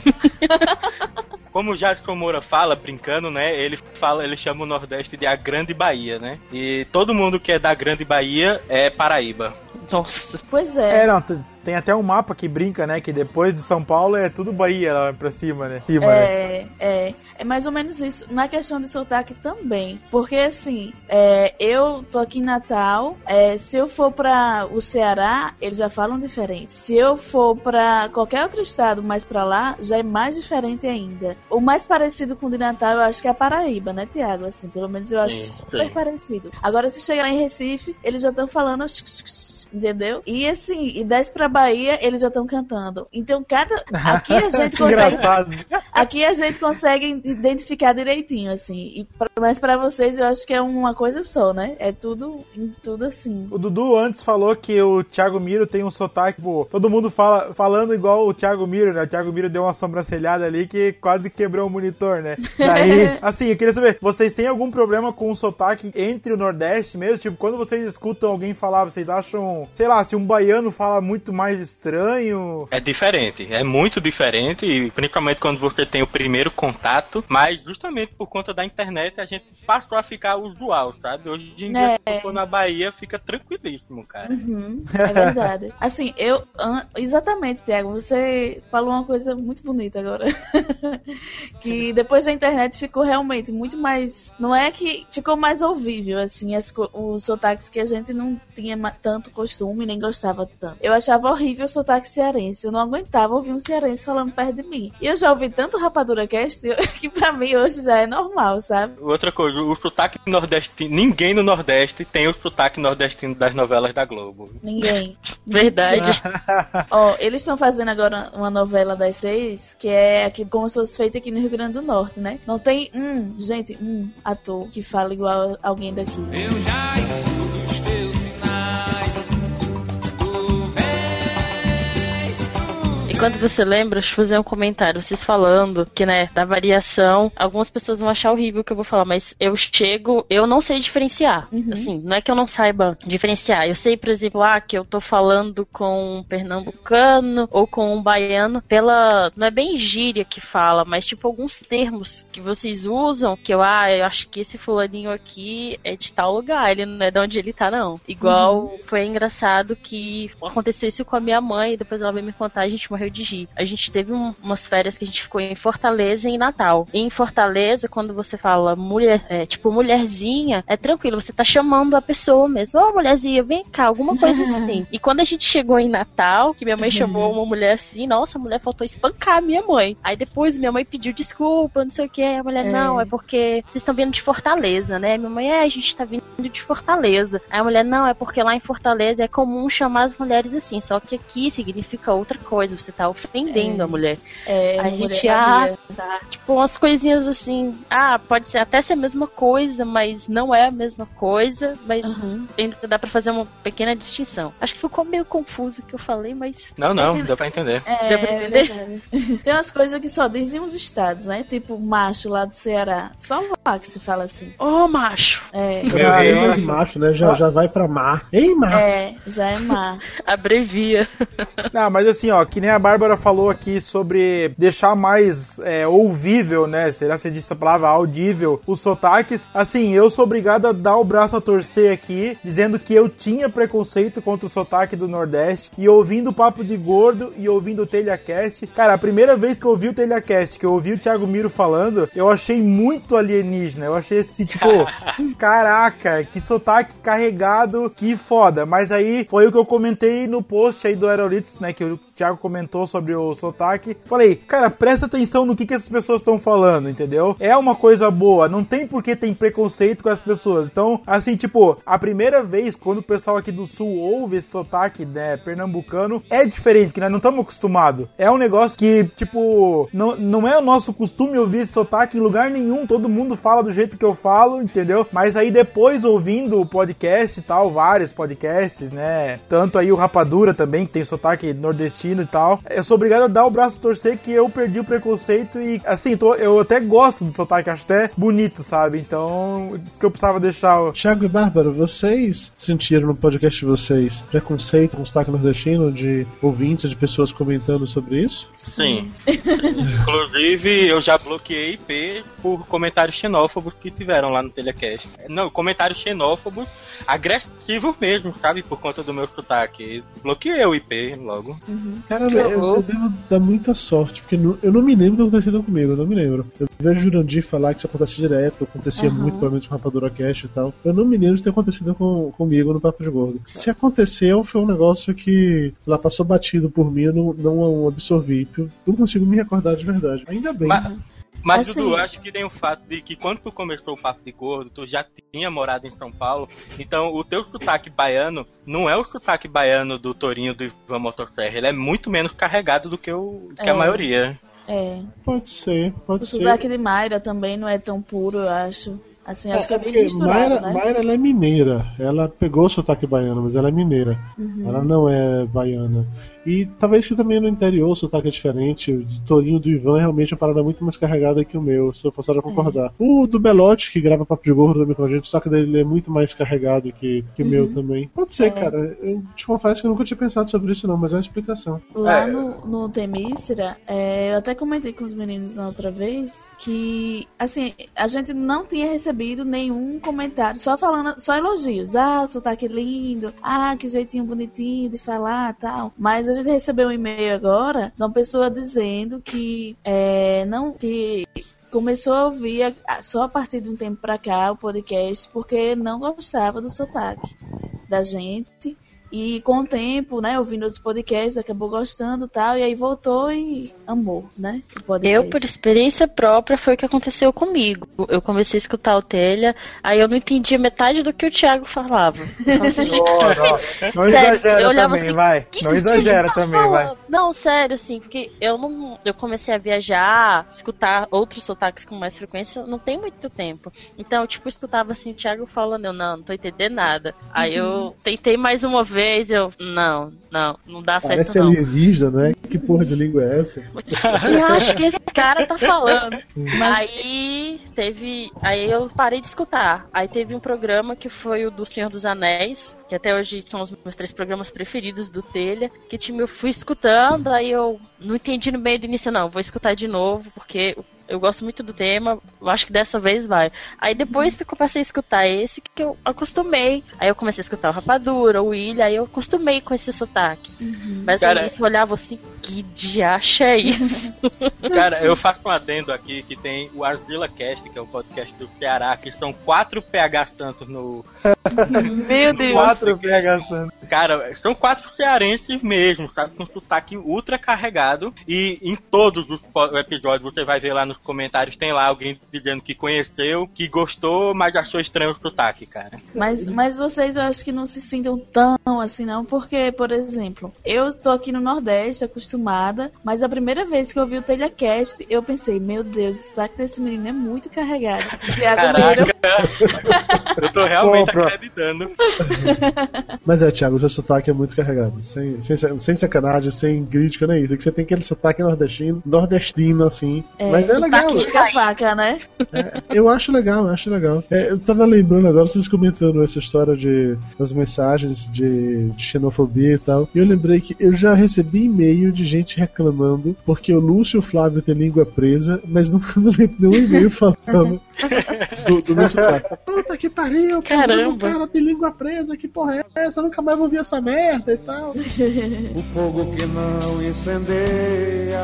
Como o Jadson Moura fala, brincando, né? Ele fala, ele chama o Nordeste de a Grande Bahia, né? E todo mundo que é da Grande Bahia é Paraíba. Nossa. Pois é. É, não, t- tem até um mapa que brinca, né? Que depois de São Paulo é tudo Bahia lá pra cima, né? Cima, né? É, é, é mais ou menos isso. Na questão de sotaque também. Porque assim, é, eu tô aqui em Natal. É, se eu for pra o Ceará, eles já falam diferente. Se eu for pra qualquer outro estado mais pra lá, já é mais diferente ainda. O mais parecido com o de Natal, eu acho que é a Paraíba, né, Tiago? Assim, pelo menos eu acho Sim, super sim. parecido. Agora, se chegar lá em Recife, eles já estão falando, entendeu? E assim, e desce pra Bahia, eles já estão cantando. Então, cada aqui a gente consegue aqui a gente consegue identificar direitinho, assim. E, mas pra vocês, eu acho que é uma coisa só, né? É tudo, tudo assim. O Dudu antes falou que o Thiago Miro tem um sotaque, pô, todo mundo fala, falando igual o Thiago Miro, né? O Thiago Miro deu uma sobrancelhada ali que quase quebrou o monitor, né? Daí, assim, eu queria saber, vocês têm algum problema com o sotaque entre o Nordeste mesmo? Tipo, quando vocês escutam alguém falar, vocês acham, sei lá, se um baiano fala muito mais estranho? É diferente, é muito diferente, e principalmente quando você tem o primeiro contato, mas justamente por conta da internet a gente passou a ficar usual, sabe? Hoje em dia, É. se for na Bahia, fica tranquilíssimo, cara. Uhum, é verdade. Assim, eu... an- Exatamente, Thiago, você falou uma coisa muito bonita agora. Que depois da internet ficou realmente muito mais... Não é que ficou mais ouvível, assim, as co- os sotaques que a gente não tinha ma- tanto costume, nem gostava tanto. Eu achava horrível o sotaque cearense. Eu não aguentava ouvir um cearense falando perto de mim. E eu já ouvi tanto Rapadura Cast que pra mim hoje já é normal, sabe? Outra coisa, o sotaque nordestino, ninguém no Nordeste tem o sotaque nordestino das novelas da Globo. Ninguém. Verdade. Ó, eles estão fazendo agora uma novela das seis, que é aqui, como se fosse feita aqui no Rio Grande do Norte, né? Não tem um, gente, um ator que fala igual a alguém daqui. Eu já escuto os teus sinais. Tu vês, tu E quando você lembra, deixa eu fazer um comentário. Vocês falando que, né, da variação, algumas pessoas vão achar horrível o que eu vou falar, mas eu chego, eu não sei diferenciar. Assim, não é que eu não saiba diferenciar. Eu sei, por exemplo, ah, que eu tô falando com um pernambucano ou com um baiano pela... Não é bem gíria que fala, mas tipo alguns termos que vocês usam, que eu, ah, eu acho que esse fulaninho aqui é de tal lugar, ele não é de onde ele tá, não. Igual, foi engraçado que aconteceu isso com a minha mãe, e depois ela veio me contar, a gente morreu de rir. A gente teve um- umas férias que a gente ficou em Fortaleza e em Natal. E em Fortaleza, quando você fala mulher, é, tipo mulherzinha, é tranquilo, você tá chamando a pessoa mesmo. Ô, mulherzinha, vem cá, alguma coisa assim. E quando a gente chegou em Natal, que minha mãe chamou uma mulher assim, nossa, a mulher faltou espancar a minha mãe. Aí depois minha mãe pediu desculpa, não sei o que. A mulher, É. não, é porque vocês estão vindo de Fortaleza, né? Minha mãe, é, a gente tá vindo de Fortaleza. Aí a mulher, não, é porque lá em Fortaleza é comum chamar as mulheres assim, só que aqui significa outra coisa, você tá ofendendo É. a mulher. É, A uma gente, mulher ah, vadia. tá. Tipo, umas coisinhas assim, ah, pode ser até ser a mesma coisa, mas não é a mesma coisa, mas Uhum. ainda dá pra fazer uma pequena distinção. Acho que ficou meio confuso o que eu falei, mas... Não, não, Entendi. deu pra entender. É, Deu pra é entender? verdade. Tem umas coisas que só dizem os estados, né? Tipo, macho lá do Ceará. Só lá que se fala assim. Ô, macho! É, Meu Ah, é Deus. mais macho, né? Já, já vai pra mar. Ei, mar! é já é mar. Abrevia. Não, mas assim, ó, que nem a Bárbara falou aqui sobre deixar mais é, ouvível, né? Será que você disse a palavra audível? Os sotaques. Assim, eu sou obrigado a dar o braço a torcer aqui, dizendo que eu tinha preconceito contra o sotaque do Nordeste. E ouvindo o Papo de Gordo e ouvindo o TelhaCast. Cara, a primeira vez que eu ouvi o TelhaCast, que eu ouvi o Thiago Miro falando, eu achei muito alienígena. Eu achei assim, tipo, caraca, que sotaque carregado, que foda. Mas aí foi o que eu comentei no post aí do Aerolitos, né? Que o Thiago comentou sobre o sotaque. Falei, cara, presta atenção no que, que essas pessoas estão falando, entendeu? É uma coisa boa, não tem por que tem preconceito com as pessoas. Então, assim, tipo, a primeira vez quando o pessoal aqui do Sul ouve esse sotaque, né, pernambucano, é diferente, que nós não estamos acostumados. É um negócio que, tipo, não, não é o nosso costume ouvir esse sotaque em lugar nenhum. Todo mundo fala do jeito que eu falo, entendeu? Mas aí depois, ouvindo o podcast e tal, vários podcasts, né, tanto aí o Rapadura também, que tem sotaque nordestino e tal, eu sou obrigado a dar o braço a torcer que eu perdi o preconceito e, assim, tô, eu até gosto do sotaque, acho até bonito, sabe? Então, isso que eu precisava deixar... o- Thiago e Bárbara, vocês sentiram no podcast de vocês preconceito com o sotaque nordestino de ouvintes, de pessoas comentando sobre isso? Sim. Inclusive, eu já bloqueei I P por comentários xenófobos que tiveram lá no Telecast. Não, comentários xenófobos agressivos mesmo, sabe? Por conta do meu sotaque. Bloqueei o I P logo. Cara, eu, eu devo dar muita sorte, porque não- eu não me lembro do que acontecido comigo, eu não me lembro. Eu vejo o Jurandir falar que isso acontece direto, acontecia Aham. muito, provavelmente com o Rapadura Cast e tal. Eu não me lembro de ter acontecido com, comigo no Papo de Gordo. Se aconteceu, foi um negócio que lá passou batido por mim, eu não, não absorvi. Eu não consigo me recordar de verdade. Ainda bem. Mas, Mas, assim, Dudu, eu acho que tem o fato de que quando tu começou o Papo de Gordo, tu já tinha morado em São Paulo, então o teu sotaque baiano não é o sotaque baiano do Torinho do Ivan Motosserra, ele é muito menos carregado do que, o, que é, a maioria. É. Pode ser, pode o ser. O sotaque de Mayra também não é tão puro, eu acho. Assim, acho é, que é bem misturado, Mayra, né? Mayra, ela é mineira. Ela pegou o sotaque baiano, mas ela é mineira. Uhum. Ela não é baiana. E talvez que também no interior o sotaque é diferente. O de Torinho do Ivan é realmente uma parada muito mais carregada que o meu, se eu fosse a concordar. O do Belote, que grava Papo de Gordo também com a gente, o sotaque dele é muito mais carregado que, que o uhum. meu também. Pode ser, é. cara. Eu te confesso que eu nunca tinha pensado sobre isso não, mas é uma explicação. Lá é. no, no Temícera, é, eu até comentei com os meninos na outra vez que, assim, a gente não tinha recebido nenhum comentário, só falando, só elogios. Ah, sotaque lindo. Ah, que jeitinho bonitinho de falar, tal. Mas a gente recebeu um e-mail agora de uma pessoa dizendo que é, não que começou a ouvir a, só a partir de um tempo pra cá o podcast porque não gostava do sotaque da gente. E com o tempo, né, ouvindo os podcasts, acabou gostando e tal, e aí voltou e amou, né, o podcast. Eu, por experiência própria, foi o que aconteceu comigo. Eu comecei a escutar o Telha, aí eu não entendia metade do que o Thiago falava. Eu assim, não, não sério, exagera eu olhava também, assim, vai. Que, Não exagera que tá também, vai. falando? Não, sério, assim, porque eu não. Eu comecei a viajar, escutar outros sotaques com mais frequência, não tem muito tempo. Então, eu, tipo, escutava assim, o Thiago falando, eu não, não tô entendendo nada. Aí Uhum. eu tentei mais uma vez, eu. Não, não, não dá certo. Parece não. alienígena, né? Que porra de língua é essa? Que acho que esse cara tá falando. Aí teve. Aí eu parei de escutar. Aí teve um programa que foi o do Senhor dos Anéis, que até hoje são os meus três programas preferidos do Telha, que time eu fui escutando, aí eu não entendi no meio do início, não. Vou escutar de novo, porque eu gosto muito do tema, eu acho que dessa vez vai. Aí depois que eu comecei a escutar esse, que eu acostumei. Aí eu comecei a escutar o Rapadura, o William, aí eu acostumei com esse sotaque. Uhum. Mas Cara, no início eu olhava assim, que diacho é isso? Cara, eu faço um adendo aqui que tem o Arzilla Cast, que é o podcast do Ceará, que são quatro P H Santos no... Meu Deus! Quatro P H Santos. Cara, são quatro cearenses mesmo, sabe? Com sotaque ultra carregado. E em todos os episódios você vai ver lá nos comentários, tem lá alguém dizendo que conheceu, que gostou, mas achou estranho o sotaque, cara. Mas, mas vocês, eu acho que não se sintam tão assim, não, porque, por exemplo, eu estou aqui no Nordeste, acostumada, mas a primeira vez que eu vi o TelhaCast, eu pensei, meu Deus, o sotaque desse menino é muito carregado. Caraca! Eu tô realmente Pô, acreditando. Mas é, Thiago, o seu sotaque é muito carregado. Sem, sem, sem sacanagem, sem crítica, não é isso. É que você tem aquele sotaque nordestino, nordestino, assim. É, mas é legal. Fica faca, né? É, eu acho legal, eu acho legal. É, eu tava lembrando agora, vocês comentando essa história de, das mensagens de, de xenofobia e tal. E eu lembrei que eu já recebi e-mail de gente reclamando porque o Lúcio e o Flávio têm língua presa, mas não, não lembro nenhum e-mail falando do, do meu sotaque. Puta que pariu, caramba, o cara tem língua presa, que porra é essa? Eu nunca mais vou ouvir essa merda e tal. O fogo que não incendeia,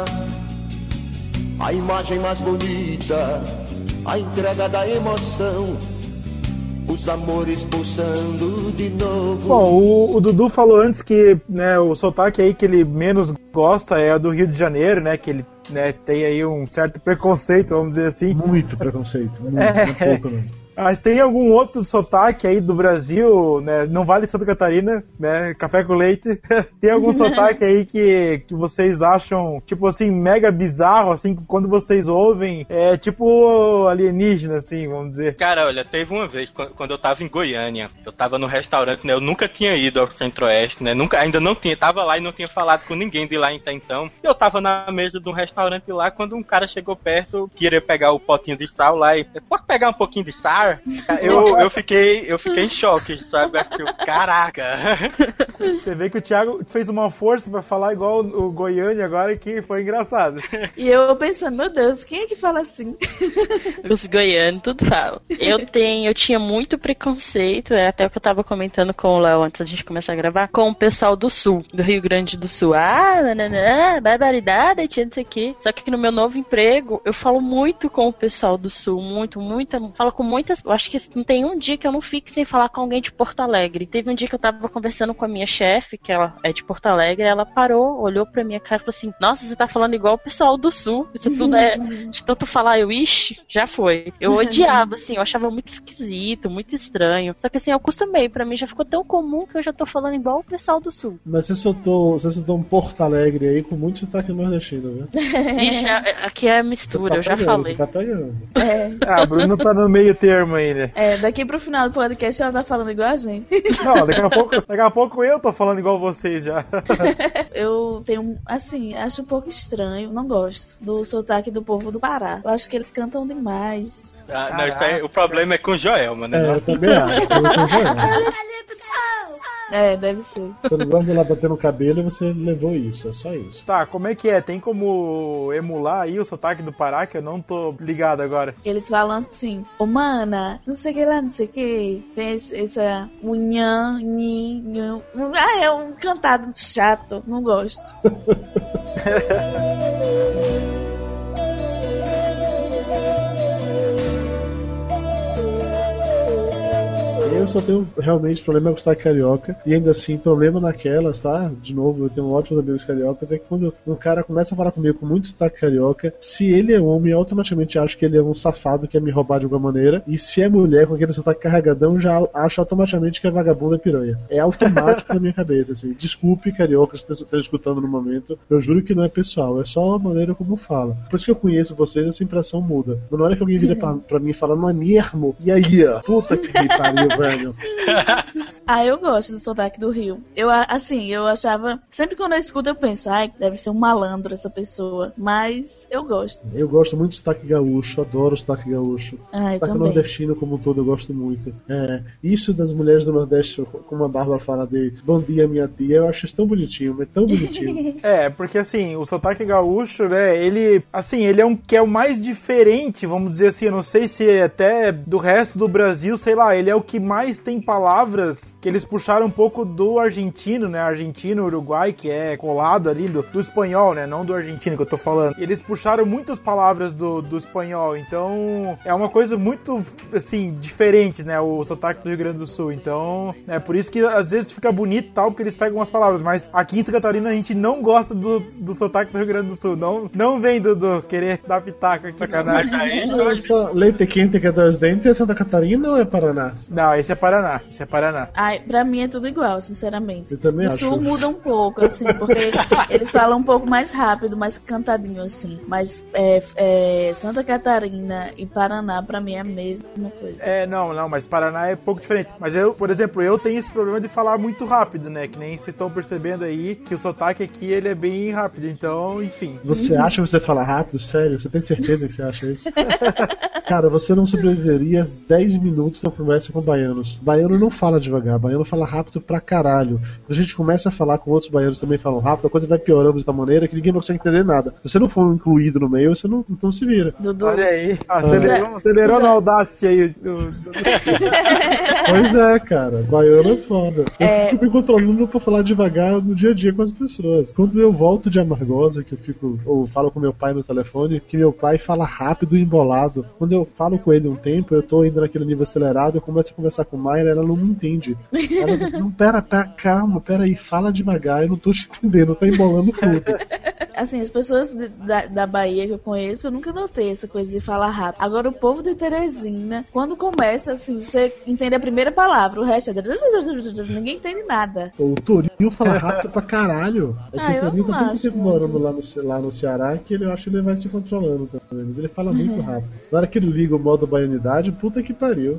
a imagem mais bonita, a entrega da emoção, os amores pulsando de novo. Bom, o, o Dudu falou antes que, né, o sotaque aí que ele menos gosta é do Rio de Janeiro, né, que ele, né, tem aí um certo preconceito, vamos dizer assim. Muito preconceito, muito, É. não é pouco não. Mas tem algum outro sotaque aí do Brasil, né? Não vale Santa Catarina, né? Café com leite. Tem algum sotaque aí que, que vocês acham, tipo assim, mega bizarro, assim, quando vocês ouvem, é tipo alienígena, assim, vamos dizer. Cara, olha, teve uma vez, quando eu tava em Goiânia, eu tava no restaurante, né? Eu nunca tinha ido ao Centro-Oeste, né? Nunca, ainda não tinha, tava lá e não tinha falado com ninguém de lá até então. Eu tava na mesa de um restaurante lá, quando um cara chegou perto, queria pegar o potinho de sal lá e... Posso pegar um pouquinho de sal? Eu, eu, fiquei, eu fiquei em choque, sabe? Assim, caraca! Você vê que o Thiago fez uma força pra falar igual o Goiânia agora, que foi engraçado. E eu pensando, meu Deus, quem é que fala assim? Os goianos, tudo fala. Eu tenho, eu tinha muito preconceito, é até o que eu tava comentando com o Léo antes da gente começar a gravar, com o pessoal do Sul, do Rio Grande do Sul. Ah, nananã, barbaridade, tinha isso aqui. Só que no meu novo emprego, eu falo muito com o pessoal do Sul, muito, muita, falo com muitas muitas... Eu acho que não tem um dia que eu não fique sem falar com alguém de Porto Alegre. Teve um dia que eu tava conversando com a minha chefe, que ela é de Porto Alegre, ela parou, olhou pra minha cara e falou assim, nossa, você tá falando igual o pessoal do Sul. Isso tudo é... De tanto falar, eu, ixi, já foi. Eu odiava, assim, eu achava muito esquisito, muito estranho. Só que assim, eu acostumei, pra mim já ficou tão comum que eu já tô falando igual o pessoal do Sul. Mas você soltou, você soltou um Porto Alegre aí com muito sotaque nordestino, viu? Ixi, aqui é mistura, tá eu já pegando, falei. Você tá pegando. É. Ah, a Bruna tá no meio termo aí, né? É, daqui pro final do podcast ela tá falando igual a gente. Não, daqui a pouco, daqui a pouco eu tô falando igual vocês já. Eu tenho, assim, acho um pouco estranho, não gosto do sotaque do povo do Pará. Eu acho que eles cantam demais. Ah, não, isso aí, o problema é com o Joelma, né? É, eu também acho. Eu também É, deve ser. Você não gosta de ela bater no cabelo e você levou isso, é só isso. Tá, como é que é? Tem como emular aí o sotaque do Pará, que eu não tô ligado agora. Eles falam assim, ô mana, não sei o que lá, não sei o que. Tem esse, essa unhã, nhi, nhi. Ah, é um cantado chato, não gosto. Eu só tenho realmente problema com o sotaque carioca. E ainda assim, problema naquelas, tá? De novo, eu tenho ótimos amigos cariocas. É que quando um cara começa a falar comigo com muito sotaque carioca, se ele é homem, eu automaticamente acho que ele é um safado, quer me roubar de alguma maneira. E se é mulher com aquele sotaque carregadão, já acho automaticamente que é vagabunda piranha. É automático na minha cabeça, assim. Desculpe, carioca, se estão escutando no momento. Eu juro que não é pessoal, é só a maneira como fala. Por isso que eu conheço vocês, essa impressão muda. Mas na hora que alguém vira pra, pra mim e fala, não é mesmo? E aí, ó, puta que me pariu, velho. Ah, eu gosto do sotaque do Rio. Eu, assim, eu achava... Sempre quando eu escuto eu penso, ai, deve ser um malandro essa pessoa. Mas eu gosto. Eu gosto muito do sotaque gaúcho, adoro o sotaque gaúcho. Ah, eu sotaque também. nordestino como um todo eu gosto muito. É, isso das mulheres do Nordeste, como a Bárbara fala de bom dia minha tia, eu acho isso tão bonitinho, mas tão bonitinho. É, porque assim, o sotaque gaúcho, né, ele, assim, ele é um que é o mais diferente, vamos dizer assim, eu não sei se é até do resto do Brasil, sei lá, ele é o que mais tem palavras que eles puxaram um pouco do argentino, né, argentino, uruguai, que é colado ali do, do espanhol, né, não do argentino que eu tô falando. Eles puxaram muitas palavras do, do espanhol, então é uma coisa muito, assim, diferente, né, o sotaque do Rio Grande do Sul, então é por isso que às vezes fica bonito e tal, porque eles pegam umas palavras, mas aqui em Santa Catarina a gente não gosta do, do sotaque do Rio Grande do Sul, não, não vem do, do querer dar pitaca de sacanagem. Essa leite quente que é dos dentes é Santa Catarina ou é Paraná? Não, esse é Paraná, esse é Paraná. Ai, pra mim é tudo igual, sinceramente. Eu também o acho. Sul muda um pouco, assim, porque eles falam um pouco mais rápido, mais cantadinho, assim. Mas é, é, Santa Catarina e Paraná, pra mim, é a mesma coisa. É, não, não, mas Paraná é um pouco diferente. Mas eu, por exemplo, eu tenho esse problema de falar muito rápido, né? Que nem vocês estão percebendo aí, que o sotaque aqui, ele é bem rápido, então, enfim. Você acha que você fala rápido? Sério? Você tem certeza que você acha isso? Cara, você não sobreviveria dez minutos na conversa com baianos. Baiano não fala devagar, baiano fala rápido pra caralho. Quando a gente começa a falar com outros baianos que também falam rápido, a coisa vai piorando de tal maneira que ninguém não consegue entender nada. Se você não for incluído no meio, você não, não se vira. Dudu. Olha aí, acelerou, Ah. acelerou Já- na Audacity aí. do- do- Pois é, cara, baiano é foda. Eu É. fico me controlando pra falar devagar no dia a dia com as pessoas. Quando eu volto de Amargosa, que eu fico, ou falo com meu pai no telefone, que meu pai fala rápido e embolado. Quando eu falo com ele um tempo, eu tô indo naquele nível acelerado, eu começo a conversar com Mayra, ela não me entende. Ela não, pera, pera, calma, pera aí, fala devagar, eu não tô te entendendo, tá embolando tudo. Assim, as pessoas de- da, da Bahia que eu conheço, eu nunca notei essa coisa de falar rápido. Agora, o povo de Teresina, quando começa, assim, você entende a primeira palavra, o resto é... Ninguém entende nada. O Torinho fala rápido pra caralho. É que Ah, o eu Torinho não tá tanto acho tempo muito. morando lá no, Ce- lá no Ceará que ele, eu acho que ele vai se controlando também. Mas ele fala muito rápido. Na hora que ele liga o modo baianidade, puta que pariu.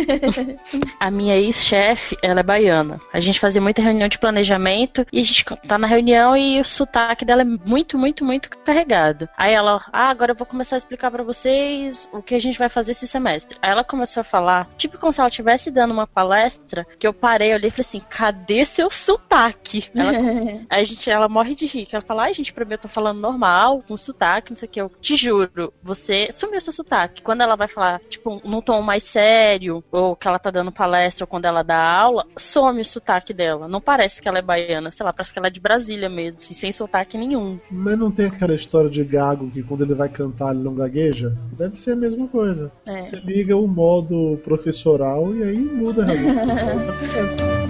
A minha ex-chefe, ela é baiana. A gente fazia muita reunião de planejamento e a gente tá na reunião e o sotaque dela é muito, muito, muito carregado. Aí ela, ah, agora eu vou começar a explicar pra vocês o que a gente vai fazer esse semestre. Aí ela começou a falar, tipo como se ela estivesse dando uma palestra, que eu parei, olhei e falei assim, cadê seu sotaque? Ela, aí a gente, ela morre de rir, que ela fala, ai gente, pra mim eu tô falando normal, com sotaque, não sei o que. Eu te juro, exemplo, você sumiu seu sotaque. Quando ela vai falar, tipo, num tom mais sério, ou que ela tá dando palestra, ou quando ela dá aula, some o sotaque dela. Não parece que ela é baiana, sei lá, parece que ela é de Brasília mesmo, assim, sem sotaque nenhum. Mas não tem aquela história de gago que quando ele vai cantar ele não gagueja? Deve ser a mesma coisa. É. Você liga o modo professoral e aí muda realmente. Isso acontece.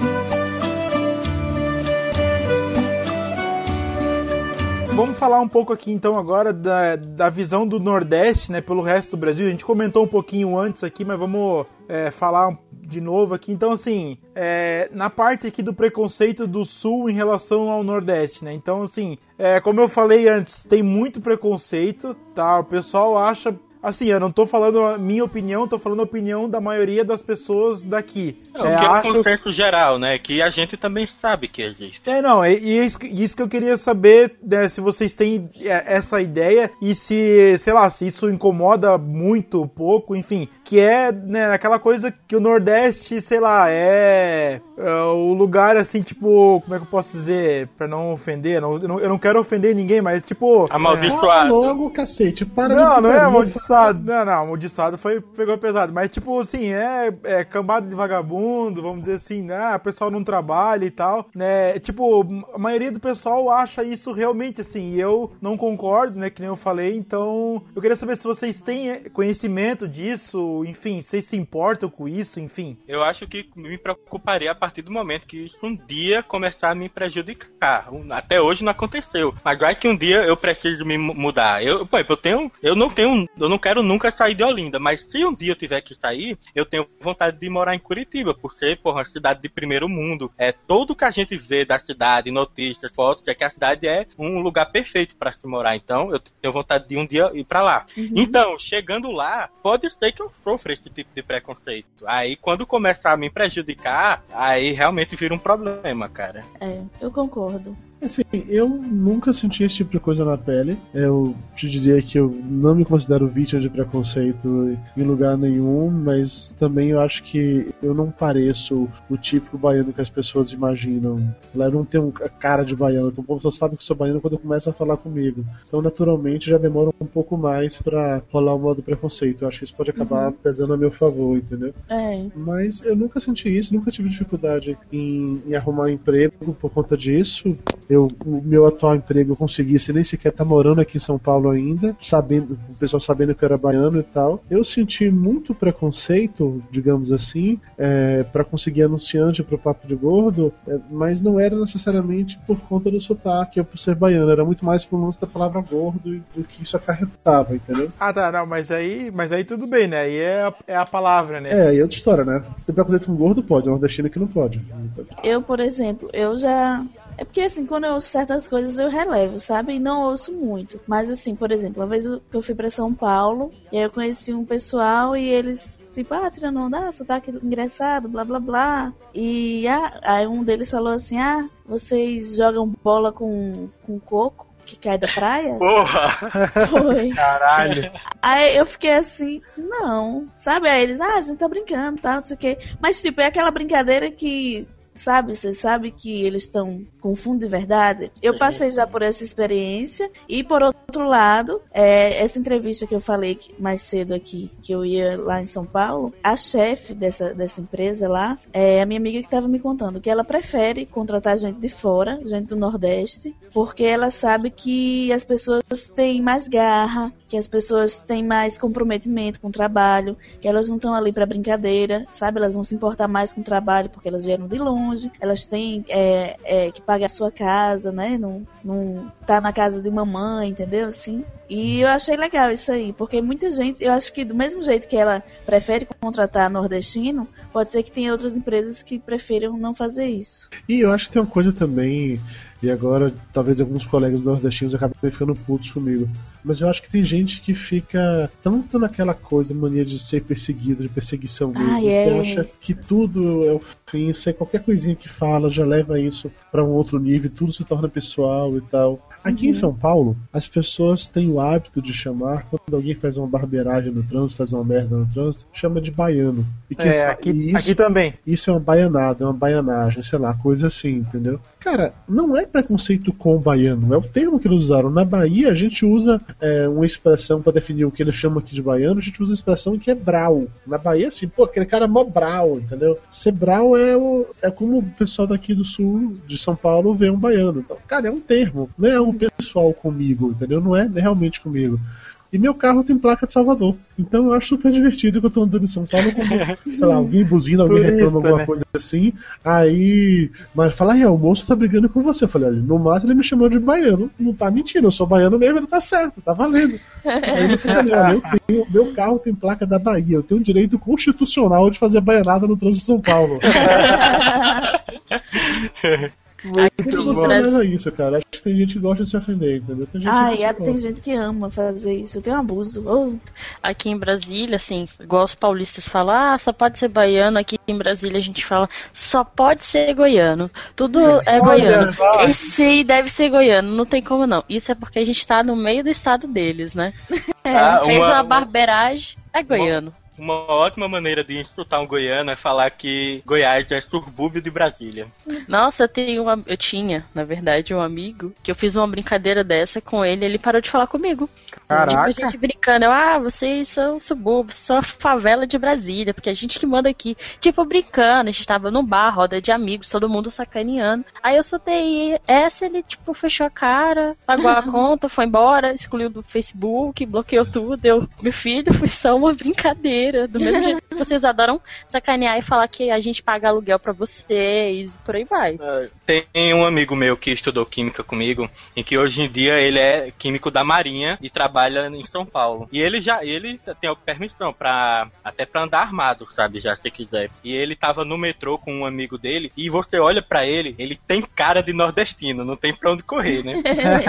Vamos falar um pouco aqui então agora da, da visão do Nordeste, né, pelo resto do Brasil. A gente comentou um pouquinho antes aqui, mas vamos é, falar de novo aqui. Então, assim, é, na parte aqui do preconceito do Sul em relação ao Nordeste, né? Então, assim, é, como eu falei antes, tem muito preconceito, tá? O pessoal acha... Assim, eu não tô falando a minha opinião, tô falando a opinião da maioria das pessoas daqui. É, é, que é o acho... consenso geral, né? Que a gente também sabe que existe. É, não, e, e isso, isso que eu queria saber, né, se vocês têm essa ideia e se, sei lá, se isso incomoda muito, pouco, enfim, que é, né, aquela coisa que o Nordeste, sei lá, é, é o lugar, assim, tipo, como é que eu posso dizer, pra não ofender, não, eu, não, eu não quero ofender ninguém, mas, tipo... Amaldiçoado. É... logo, cacete, para não, de não é amaldiçoado. Não, não, amaldiçoado foi, pegou pesado. Mas, tipo, assim, é, é cambada de vagabundo, vamos dizer assim, né? O pessoal não trabalha e tal, né? Tipo, a maioria do pessoal acha isso realmente, assim, e eu não concordo, né? Que nem eu falei, então eu queria saber se vocês têm conhecimento disso, enfim, vocês se importam com isso, enfim. Eu acho que me preocuparia a partir do momento que isso um dia começar a me prejudicar. Até hoje não aconteceu, mas vai que um dia eu preciso me mudar. Eu, pô, eu tenho, eu não tenho, eu não quero nunca sair de Olinda, mas se um dia eu tiver que sair, eu tenho vontade de morar em Curitiba, por ser, porra, uma cidade de primeiro mundo. É, tudo que a gente vê da cidade, notícias, fotos, é que a cidade é um lugar perfeito para se morar. Então, eu tenho vontade de um dia ir para lá. Uhum. Então, chegando lá, pode ser que eu sofra esse tipo de preconceito. Aí, quando começar a me prejudicar, aí realmente vira um problema, cara. É, eu concordo. Assim, eu nunca senti esse tipo de coisa na pele. Eu te diria que eu não me considero vítima de preconceito em lugar nenhum, mas também eu acho que eu não pareço o típico baiano que as pessoas imaginam. Lá eu não tenho a cara de baiano, então o povo só sabe que eu sou baiano quando começa a falar comigo. Então, naturalmente, já demora um pouco mais pra rolar o modo preconceito. Eu acho que isso pode acabar uhum. pesando a meu favor, entendeu? É. Mas eu nunca senti isso, nunca tive dificuldade em, em arrumar emprego por conta disso. Eu, o meu atual emprego eu consegui, sem nem sequer estar morando aqui em São Paulo ainda, sabendo, o pessoal sabendo que eu era baiano e tal. Eu senti muito preconceito, digamos assim, é, para conseguir anunciante pro Papo de Gordo, é, mas não era necessariamente por conta do sotaque ou por ser baiano, era muito mais por lance da palavra gordo e do que isso acarretava, entendeu? Ah, tá, não, mas aí, mas aí tudo bem, né? Aí é a, é a palavra, né? É, aí é outra história, né? Tem preconceito com gordo, pode, é nordestino que não pode. Não pode. Eu, por exemplo, eu já... É porque, assim, quando eu ouço certas coisas eu relevo, sabe? E não ouço muito. Mas, assim, por exemplo, uma vez eu fui pra São Paulo e aí eu conheci um pessoal e eles, tipo, ah, tirando onda, ah, sotaque engraçado, blá, blá, blá. E ah, aí um deles falou assim, ah, vocês jogam bola com, com coco que cai da praia? Porra! Foi. Caralho. Aí eu fiquei assim, não. Sabe? Aí eles, ah, a gente tá brincando, tá, não sei o quê. Mas, tipo, é aquela brincadeira que... Sabe, você sabe que eles estão com fundo de verdade. Eu passei já por essa experiência. E por outro lado, é, essa entrevista que eu falei mais cedo aqui, que eu ia lá em São Paulo, a chefe dessa, dessa empresa lá, é a minha amiga que estava me contando que ela prefere contratar gente de fora, gente do Nordeste, porque ela sabe que as pessoas têm mais garra, que as pessoas têm mais comprometimento com o trabalho, que elas não estão ali para brincadeira, sabe? Elas vão se importar mais com o trabalho porque elas vieram de longe, elas têm é, é, que pagar a sua casa, né? Não, não tá na casa de mamãe, entendeu? Assim. E eu achei legal isso aí, porque muita gente, eu acho que do mesmo jeito que ela prefere contratar nordestino, pode ser que tenha outras empresas que prefiram não fazer isso. E eu acho que tem uma coisa também, e agora talvez alguns colegas nordestinos acabem ficando putos comigo, mas eu acho que tem gente que fica tanto naquela coisa, mania de ser perseguido, de perseguição mesmo, ah, é. que acha que tudo é o fim, sei, qualquer coisinha que fala já leva isso para um outro nível, tudo se torna pessoal e tal. Aqui uhum. em São Paulo, as pessoas têm o hábito de chamar, quando alguém faz uma barbeiragem no trânsito, faz uma merda no trânsito, chama de baiano. E é, aqui, e isso, aqui também. Isso é uma baianada, é uma baianagem, sei lá, coisa assim, entendeu? Cara, não é preconceito com o baiano, é o termo que eles usaram. Na Bahia, a gente usa é, uma expressão pra definir o que eles chamam aqui de baiano, a gente usa a expressão que é brau. Na Bahia, assim, pô, aquele cara é mó brau, entendeu? Ser brau é, o, é como o pessoal daqui do sul, de São Paulo, vê um baiano. Então, cara, é um termo, não é algo pessoal comigo, entendeu? Não é realmente comigo. E meu carro tem placa de Salvador. Então eu acho super divertido que eu tô andando em São Paulo com, sei lá, alguém buzina, alguém Turista, reclama alguma né? coisa assim. Aí, mas fala, aí, o moço tá brigando com você. Eu falei, olha, no máximo ele me chamou de baiano. Não tá mentindo, eu sou baiano mesmo, ele tá certo, tá valendo. Aí você entendeu, olha, eu tenho, meu carro tem placa da Bahia, eu tenho o direito constitucional de fazer baianada no trânsito de São Paulo. Aqui Então em você Brasil- leva isso, cara. Acho que tem gente que gosta de se ofender, entendeu? Tem gente Ai, que é, não tem gosta. gente que ama fazer isso. Tem um abuso. Oh. Aqui em Brasília, assim, igual os paulistas falam, ah, só pode ser baiano. Aqui em Brasília a gente fala, só pode ser goiano. Tudo é goiano. só. Esse aí deve ser goiano, não tem como não. Isso é porque a gente tá no meio do estado deles, né? Ah, Fez uma- uma barbeiragem, é goiano. Uma ótima maneira de insultar um goiano é falar que Goiás é subúrbio de Brasília. Nossa, eu, tenho uma- eu tinha, na verdade, um amigo que eu fiz uma brincadeira dessa com ele, ele parou de falar comigo. Caraca. Tipo, a gente brincando, eu, ah, vocês são subúrbios, são a favela de Brasília, porque a gente que manda aqui. Tipo, brincando, a gente tava num bar, roda de amigos, todo mundo sacaneando. Aí eu soltei essa, ele, tipo, fechou a cara, pagou a conta, foi embora, excluiu do Facebook, bloqueou tudo. Eu, meu filho, foi só uma brincadeira. Do mesmo jeito que vocês adoram sacanear e falar que a gente paga aluguel pra vocês, por aí vai. Tem um amigo meu que estudou química comigo, em que hoje em dia ele é químico da Marinha e trabalha em São Paulo. E ele já ele tem a permissão para até pra andar armado, sabe, já se quiser. E ele tava no metrô com um amigo dele e você olha pra ele, ele tem cara de nordestino, não tem pra onde correr, né?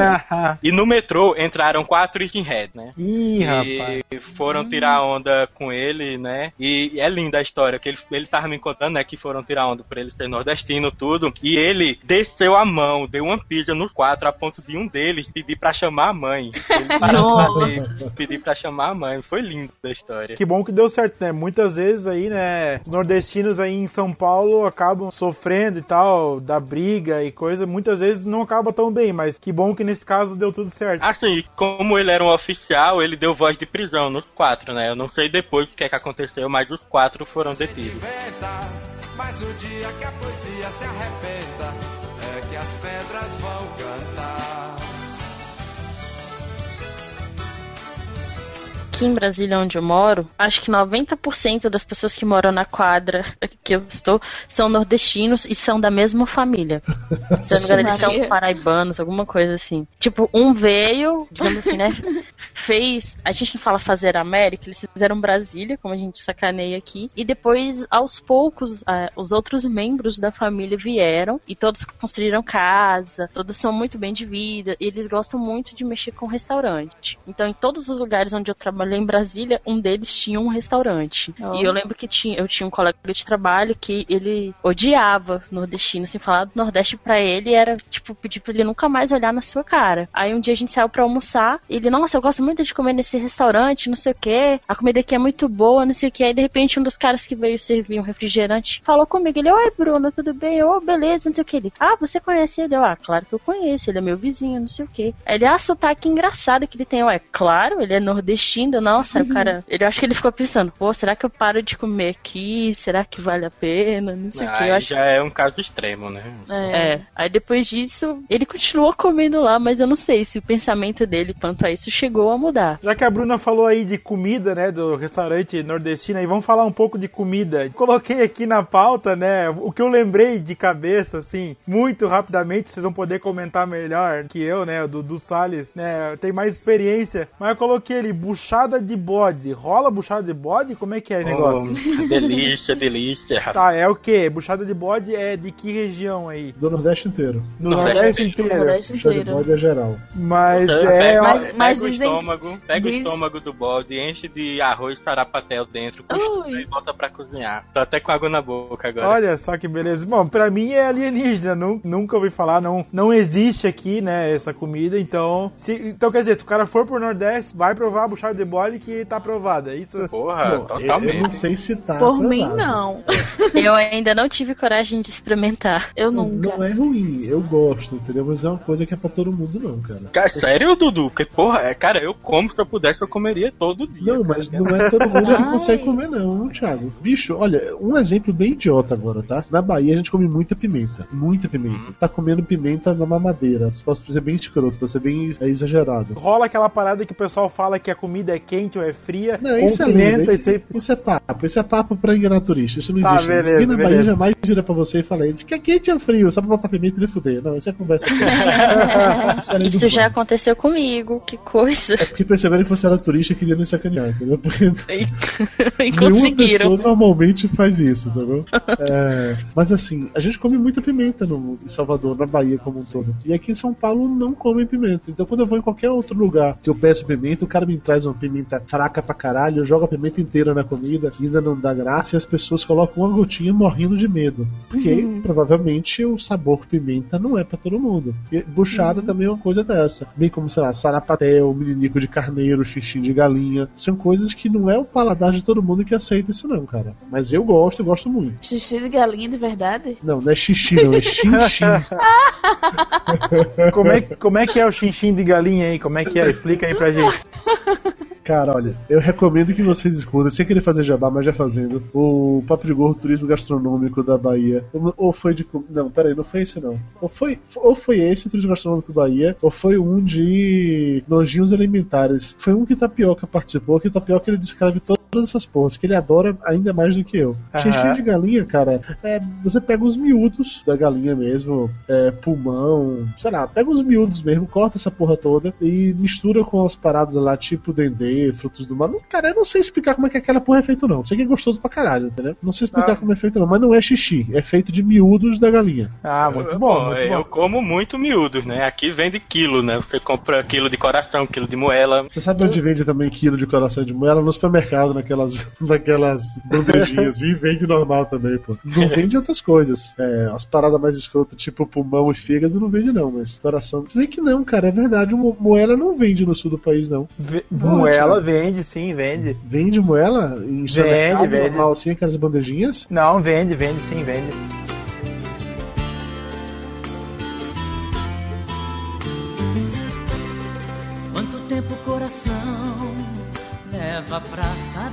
E no metrô entraram quatro skinhead, né? Ih, E rapaz. foram tirar onda com ele, né? E é linda a história, que ele, ele tava me contando, né? Que foram tirar onda por ele ser nordestino, tudo. E ele desceu a mão, deu uma pisa nos quatro, a ponto de um deles pedir pra chamar a mãe. Ele parou ali, pedir pra chamar a mãe. Foi linda a história. Que bom que deu certo, né? Muitas vezes aí, né, os nordestinos aí em São Paulo acabam sofrendo e tal, da briga e coisa, muitas vezes não acaba tão bem, mas que bom que nesse caso deu tudo certo. Assim, como ele era um oficial, ele deu voz de prisão nos quatro, né? Eu não sei depois o que é que aconteceu, mas os quatro foram detidos. Mas o dia que a poesia se arrependa é que as pedras vão cantar. Aqui em Brasília, onde eu moro, acho que noventa por cento das pessoas que moram na quadra que eu estou são nordestinos e são da mesma família. Se eu não me engano, eles são Maria. paraibanos, alguma coisa assim. Tipo, um veio, digamos assim, né? Fez. A gente não fala fazer América, eles fizeram Brasília, como a gente sacaneia aqui. E depois, aos poucos, ah, os outros membros da família vieram e todos construíram casa, todos são muito bem de vida. E eles gostam muito de mexer com restaurante. Então, em todos os lugares onde eu trabalhei em Brasília, um deles tinha um restaurante. Oh. E eu lembro que tinha, eu tinha um colega de trabalho que ele odiava nordestino, assim, falar do Nordeste pra ele era, tipo, pedir pra ele nunca mais olhar na sua cara. Aí um dia a gente saiu pra almoçar, e ele, nossa, eu gosto muito de comer nesse restaurante, não sei o que, a comida aqui é muito boa, não sei o que. Aí de repente um dos caras que veio servir um refrigerante falou comigo, ele, oi Bruno, tudo bem? Eu, oh, beleza, não sei o que. Ele, ah, você conhece ele? Eu, ah, claro que eu conheço, ele é meu vizinho, não sei o que. Aí ele, ah, sotaque engraçado que ele tem. Eu, é claro, ele é nordestino, nossa. Aí o cara, ele acho que ele ficou pensando, pô, será que eu paro de comer aqui? Será que vale a pena? Não sei o que. Eu Aí acho já é um caso extremo, né? é. Aí depois disso, ele continuou comendo lá, mas eu não sei se o pensamento dele quanto a isso chegou a mudar. Já que a Bruna falou aí de comida, né, do restaurante nordestino, aí vamos falar um pouco de comida. Coloquei aqui na pauta, né, o que eu lembrei de cabeça, assim, muito rapidamente, vocês vão poder comentar melhor que eu, né, do, do Salles, né, tem mais experiência, mas eu coloquei ali, buchada de bode. Rola buchada de bode? Como é que é esse negócio? Oh, delícia, delícia, rapaz. Tá, é o quê? Buchada de bode é de que região aí? Do Nordeste inteiro. No Nordeste Nordeste inteiro. inteiro. Nordeste Buchada de inteiro. bode é geral. Mas Você é... pega, Mas- pega mas o dizem que- estômago, pega diz- o estômago do bode, enche de arroz tarapatel dentro, costura Ui. e bota pra cozinhar. Tô até com água na boca agora. Olha só que beleza. Bom, pra mim é alienígena, nu- nunca ouvi falar, não, não existe aqui, né, essa comida, então... Se, então quer dizer, se o cara for pro Nordeste, vai provar a buchada de mole que tá aprovado, é isso? Porra, Bom, totalmente. Eu não sei se tá Por aprovado. mim, não. Eu ainda não tive coragem de experimentar. Eu Não, nunca. não é ruim, eu gosto, entendeu? Mas não é uma coisa que é pra todo mundo, não, cara. Cara, sério, Dudu? Porque, porra, é, cara, eu como, se eu pudesse, eu comeria todo dia. Não, cara. mas não é todo mundo que Ai. consegue comer, não, Thiago. Bicho, olha, um exemplo bem idiota agora, tá? Na Bahia a gente come muita pimenta. Muita pimenta. Tá comendo pimenta na mamadeira. Posso ser bem escroto, pra ser bem é, exagerado. Rola aquela parada que o pessoal fala que a comida é quente ou é fria, Não, com isso é pimenta lenda, e isso, sempre... isso é papo, isso é papo pra enganar turista, isso não Tá, existe. beleza, Ninguém na Bahia beleza. jamais vira pra você e fala isso, que é quente ou frio, só pra botar pimenta e lhe fuder. Não, isso é conversa. Isso é lenda Isso já urbana. aconteceu comigo, que coisa. É porque perceberam que você era turista e queriam me sacanear, entendeu? Porque E, e nenhuma conseguiram. pessoa normalmente faz isso, entendeu? É, mas assim, a gente come muita pimenta no, em Salvador, na Bahia como um todo. E aqui em São Paulo não comem pimenta. Então quando eu vou em qualquer outro lugar que eu peço pimenta, o cara me traz uma pimenta fraca pra caralho, eu jogo a pimenta inteira na comida, ainda não dá graça e as pessoas colocam uma gotinha morrendo de medo. Porque Uhum. provavelmente o sabor pimenta não é pra todo mundo. E buchada Uhum. também é uma coisa dessa. Bem como, sei lá, sarapatel, meninico de carneiro, xixi de galinha. São coisas que não é o paladar de todo mundo que aceita isso não, cara. Mas eu gosto, eu gosto muito. Xixi de galinha de verdade? Não, não é xixi não, é xinxim. Como é, como é que é o xinxim de galinha aí? Como é que é? Explica aí pra gente. Cara, olha, eu recomendo que vocês escutem, sem querer fazer jabá, mas já fazendo, o Papo de Gordo Turismo Gastronômico da Bahia. Ou foi de... Não, peraí, não foi esse não. Ou foi, ou foi esse, Turismo Gastronômico Bahia, ou foi um de nojinhos alimentares. Foi um que Tapioca participou, que Tapioca ele descreve todas essas porras, que ele adora ainda mais do que eu. Aham. Xixi de galinha, cara, é, você pega os miúdos da galinha mesmo, é, pulmão, sei lá, pega os miúdos mesmo, corta essa porra toda e mistura com as paradas lá, tipo dendê, frutos do mar. Cara, eu não sei explicar como é que aquela porra é feita não. Sei que é gostoso pra caralho, entendeu? Não sei explicar Ah. como é feito não, mas não é xixi, é feito de miúdos da galinha. Ah, muito bom, muito eu bom. como muito miúdos, né? Aqui vende quilo, né? Você compra quilo de coração, quilo de moela. Você sabe onde vende também quilo de coração de moela? No supermercado, naquelas, naquelas bandejinhas. E vende normal também, pô. Não vende outras coisas. É, as paradas mais escrotas, tipo pulmão e fígado, não vende não, mas coração... Vê que não, cara, é verdade. Mo- Moela não vende no sul do país, não. V- Pô, Moela Thiago. vende, sim, vende. Vende moela em supermercado vende. normal, assim, aquelas bandejinhas? Não, vende, vende, sim, vende. Quanto tempo o coração leva pra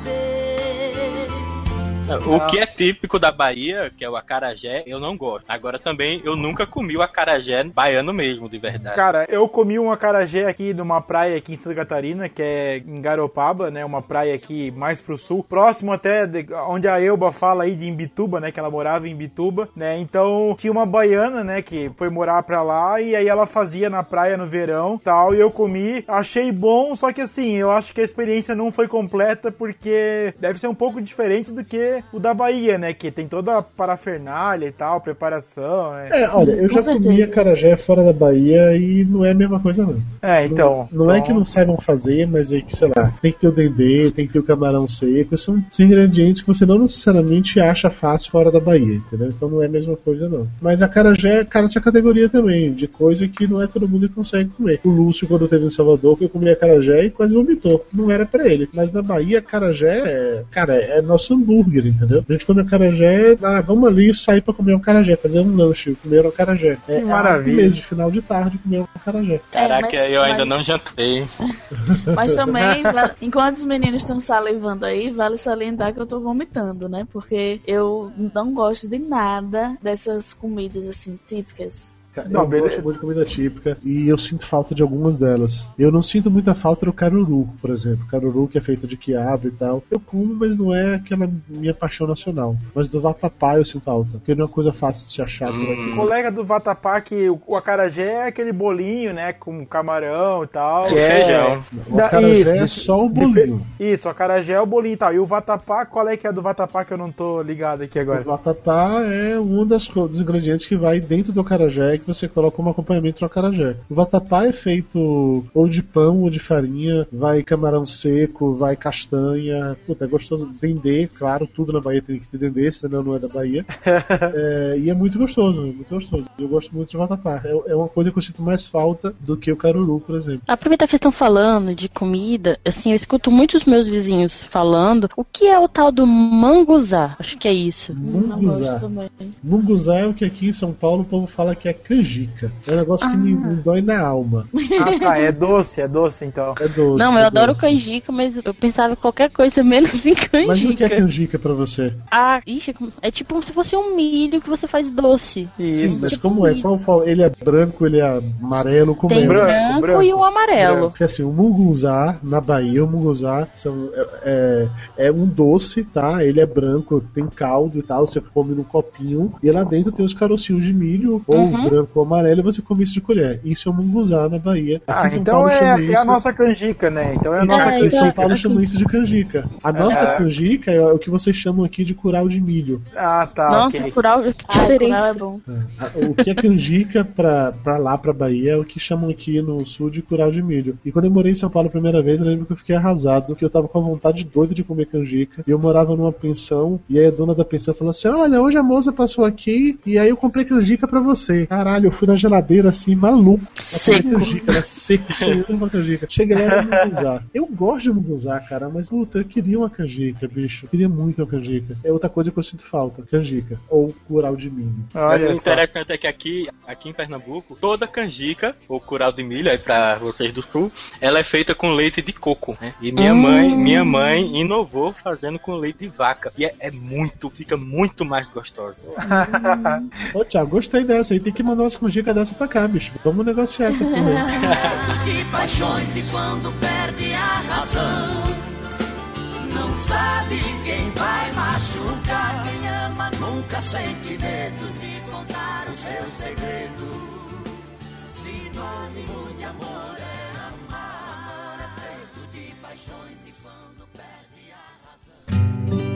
saber? O que é típico da Bahia, que é o acarajé, eu não gosto. Agora também, eu nunca comi o acarajé baiano mesmo, de verdade. Cara, eu comi um acarajé aqui numa praia aqui em Santa Catarina, que é em Garopaba, né? Uma praia aqui mais pro sul, próximo até de onde a Elba fala aí de Imbituba, né? Que ela morava em Imbituba, né? Então tinha uma baiana, né? Que foi morar pra lá e aí ela fazia na praia no verão, tal. E eu comi, achei bom, só que assim, eu acho que a experiência não foi completa porque deve ser um pouco diferente do que o da Bahia, né? Que tem toda a parafernália e tal, preparação, né? É, olha, eu Com já comi certeza. acarajé fora da Bahia e não é a mesma coisa, não. É, então. Não, não é então- que não saibam fazer, mas é que, sei lá, tem que ter o dendê, tem que ter o camarão seco. São, são ingredientes que você não necessariamente acha fácil fora da Bahia, entendeu? Então não é a mesma coisa, não. Mas acarajé cai nessa categoria também, de coisa que não é todo mundo que consegue comer. O Lúcio, quando teve em Salvador, que eu comi acarajé e quase vomitou. Não era pra ele. Mas na Bahia, acarajé é, cara, é nosso hambúrguer, entendeu? A gente come acarajé, ah, vamos ali sair pra comer um acarajé, fazer um lanche, comer um acarajé. É, Que maravilha. mesmo, de final de tarde, comer um acarajé. Caraca, É, mas- eu ainda mas- não jantei. Mas também, va- enquanto os meninos estão salivando aí, vale salientar que eu tô vomitando, né? Porque eu não gosto de nada dessas comidas, assim, típicas. Não, eu beleza. gosto muito de comida típica e eu sinto falta de algumas delas. Eu não sinto muita falta do caruru, por exemplo. Caruru que é feita de quiabo e tal. Eu como, mas não é aquela minha paixão nacional. Mas do vatapá eu sinto falta, porque não é uma coisa fácil de se achar por O aqui. colega do Vatapá que o, o acarajé é aquele bolinho, né, com camarão e tal. Com feijão. O Da- acarajé isso, é de- só o de- bolinho. Isso, o acarajé é o bolinho e tal. E o vatapá, qual é que é do vatapá que eu não tô ligado aqui O agora? vatapá é um das co- dos ingredientes que vai dentro do acarajé, que você coloca como acompanhamento no acarajé. O vatapá é feito ou de pão ou de farinha, vai camarão seco, vai castanha. Puta, é gostoso. Dendê, claro, tudo na Bahia tem que ter dendê, senão não é da Bahia. É, e é muito gostoso, muito gostoso. Eu gosto muito de vatapá. É, é uma coisa que eu sinto mais falta do que o caruru, por exemplo. Aproveitar que vocês estão falando de comida, assim, eu escuto muitos meus vizinhos falando o que é o tal do manguzá. Acho que é isso. Munguzá. Munguzá é o que aqui em São Paulo o povo fala que é canjica. É um negócio ah. que me, me dói na alma. Ah, tá. É doce, é doce então. É doce. Não, é eu adoro doce. canjica, mas eu pensava em qualquer coisa menos em canjica. Mas o que é canjica pra você? Ah, ixi, é tipo como se fosse um milho que você faz doce. Isso. Sim, mas tipo como é? Qual, ele é branco, ele é amarelo, como Tem é? branco, branco, branco e o amarelo. Porque assim, o munguzá, na Bahia, o munguzá são, é, é, é um doce, tá? Ele é branco, tem caldo e tal, você come num copinho, e lá dentro tem os carocinhos de milho, ou uhum. branco ou amarelo, e você come isso de colher. Isso é o munguzá na Bahia. Ah, então é, é a nossa canjica, né? Então é a nossa é, canjica. Em São Paulo chamam isso de canjica. A nossa é. canjica é o que vocês chamam aqui de curau de milho. Ah, tá. Nossa, okay. curau, que ah, diferença. Curau é bom. É. O que é canjica pra, pra lá, pra Bahia, é o que chamam aqui no sul de curau de milho. E quando eu morei em São Paulo a primeira vez, eu lembro que eu fiquei arrasado, que eu tava com a vontade doida de comer canjica, e eu morava numa pensão, e aí a dona da pensão falou assim, olha, hoje a moça passou aqui, e aí eu comprei canjica pra você. Caralho, eu fui na geladeira assim, maluco. Seco. Canjica, era seco, sonhando uma canjica. Cheguei lá e era munguzá. Eu gosto de munguzá, cara, mas puta, eu queria uma canjica, bicho. Eu queria muito uma canjica. É outra coisa que eu sinto falta, canjica. Ou curau de milho. Olha, o interessante é que aqui, aqui em Pernambuco, toda canjica, ou curau de milho, aí pra vocês do sul, ela é feita com leite de coco, né? E minha hum. mãe, minha mãe inovou fazendo com leite de vaca. E é, é muito, fica muito mais gostosa. Hum. Ô, Thiago, gostei dessa aí. Tem que mandar umas canjicas dessa pra cá, bicho. Vamos negociar essa também. De paixões e quando perde a razão, não sabe quem vai machucar. Quem ama nunca sente medo de contar o seu segredo. Sinônimo de amor é amar. Amor é feito de paixões e quando perde a razão.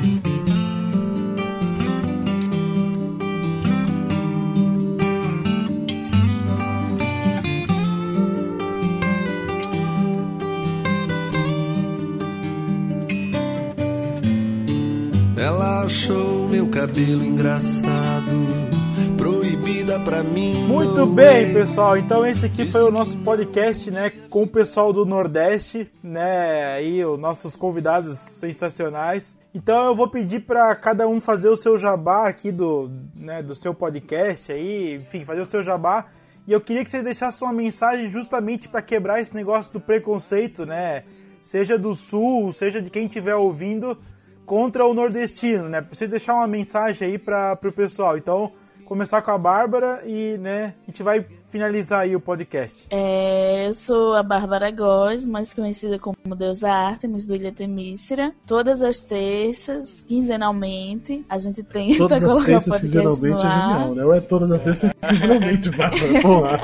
Ela achou meu cabelo engraçado, proibida pra mim. Muito bem, pessoal. Então esse aqui foi o nosso podcast, né, com o pessoal do Nordeste, né, aí os nossos convidados sensacionais. Então eu vou pedir para cada um fazer o seu jabá aqui do, né, do seu podcast aí, enfim, fazer o seu jabá. E eu queria que vocês deixassem uma mensagem justamente para quebrar esse negócio do preconceito, né, seja do Sul, seja de quem estiver ouvindo, contra o nordestino, né? Preciso deixar uma mensagem aí para o pessoal. Então, começar com a Bárbara e, né, a gente vai finalizar aí o podcast. É, eu sou a Bárbara Góes, mais conhecida como Deusa Ártemis do Ilha Temícera. Todas as terças, quinzenalmente, a gente tenta todas colocar as o podcast quinzenalmente no ar. É genial, né? Ou é todas as terças quinzenalmente, Bárbara, porra.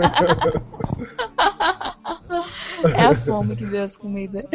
É a fome que deu as comidas.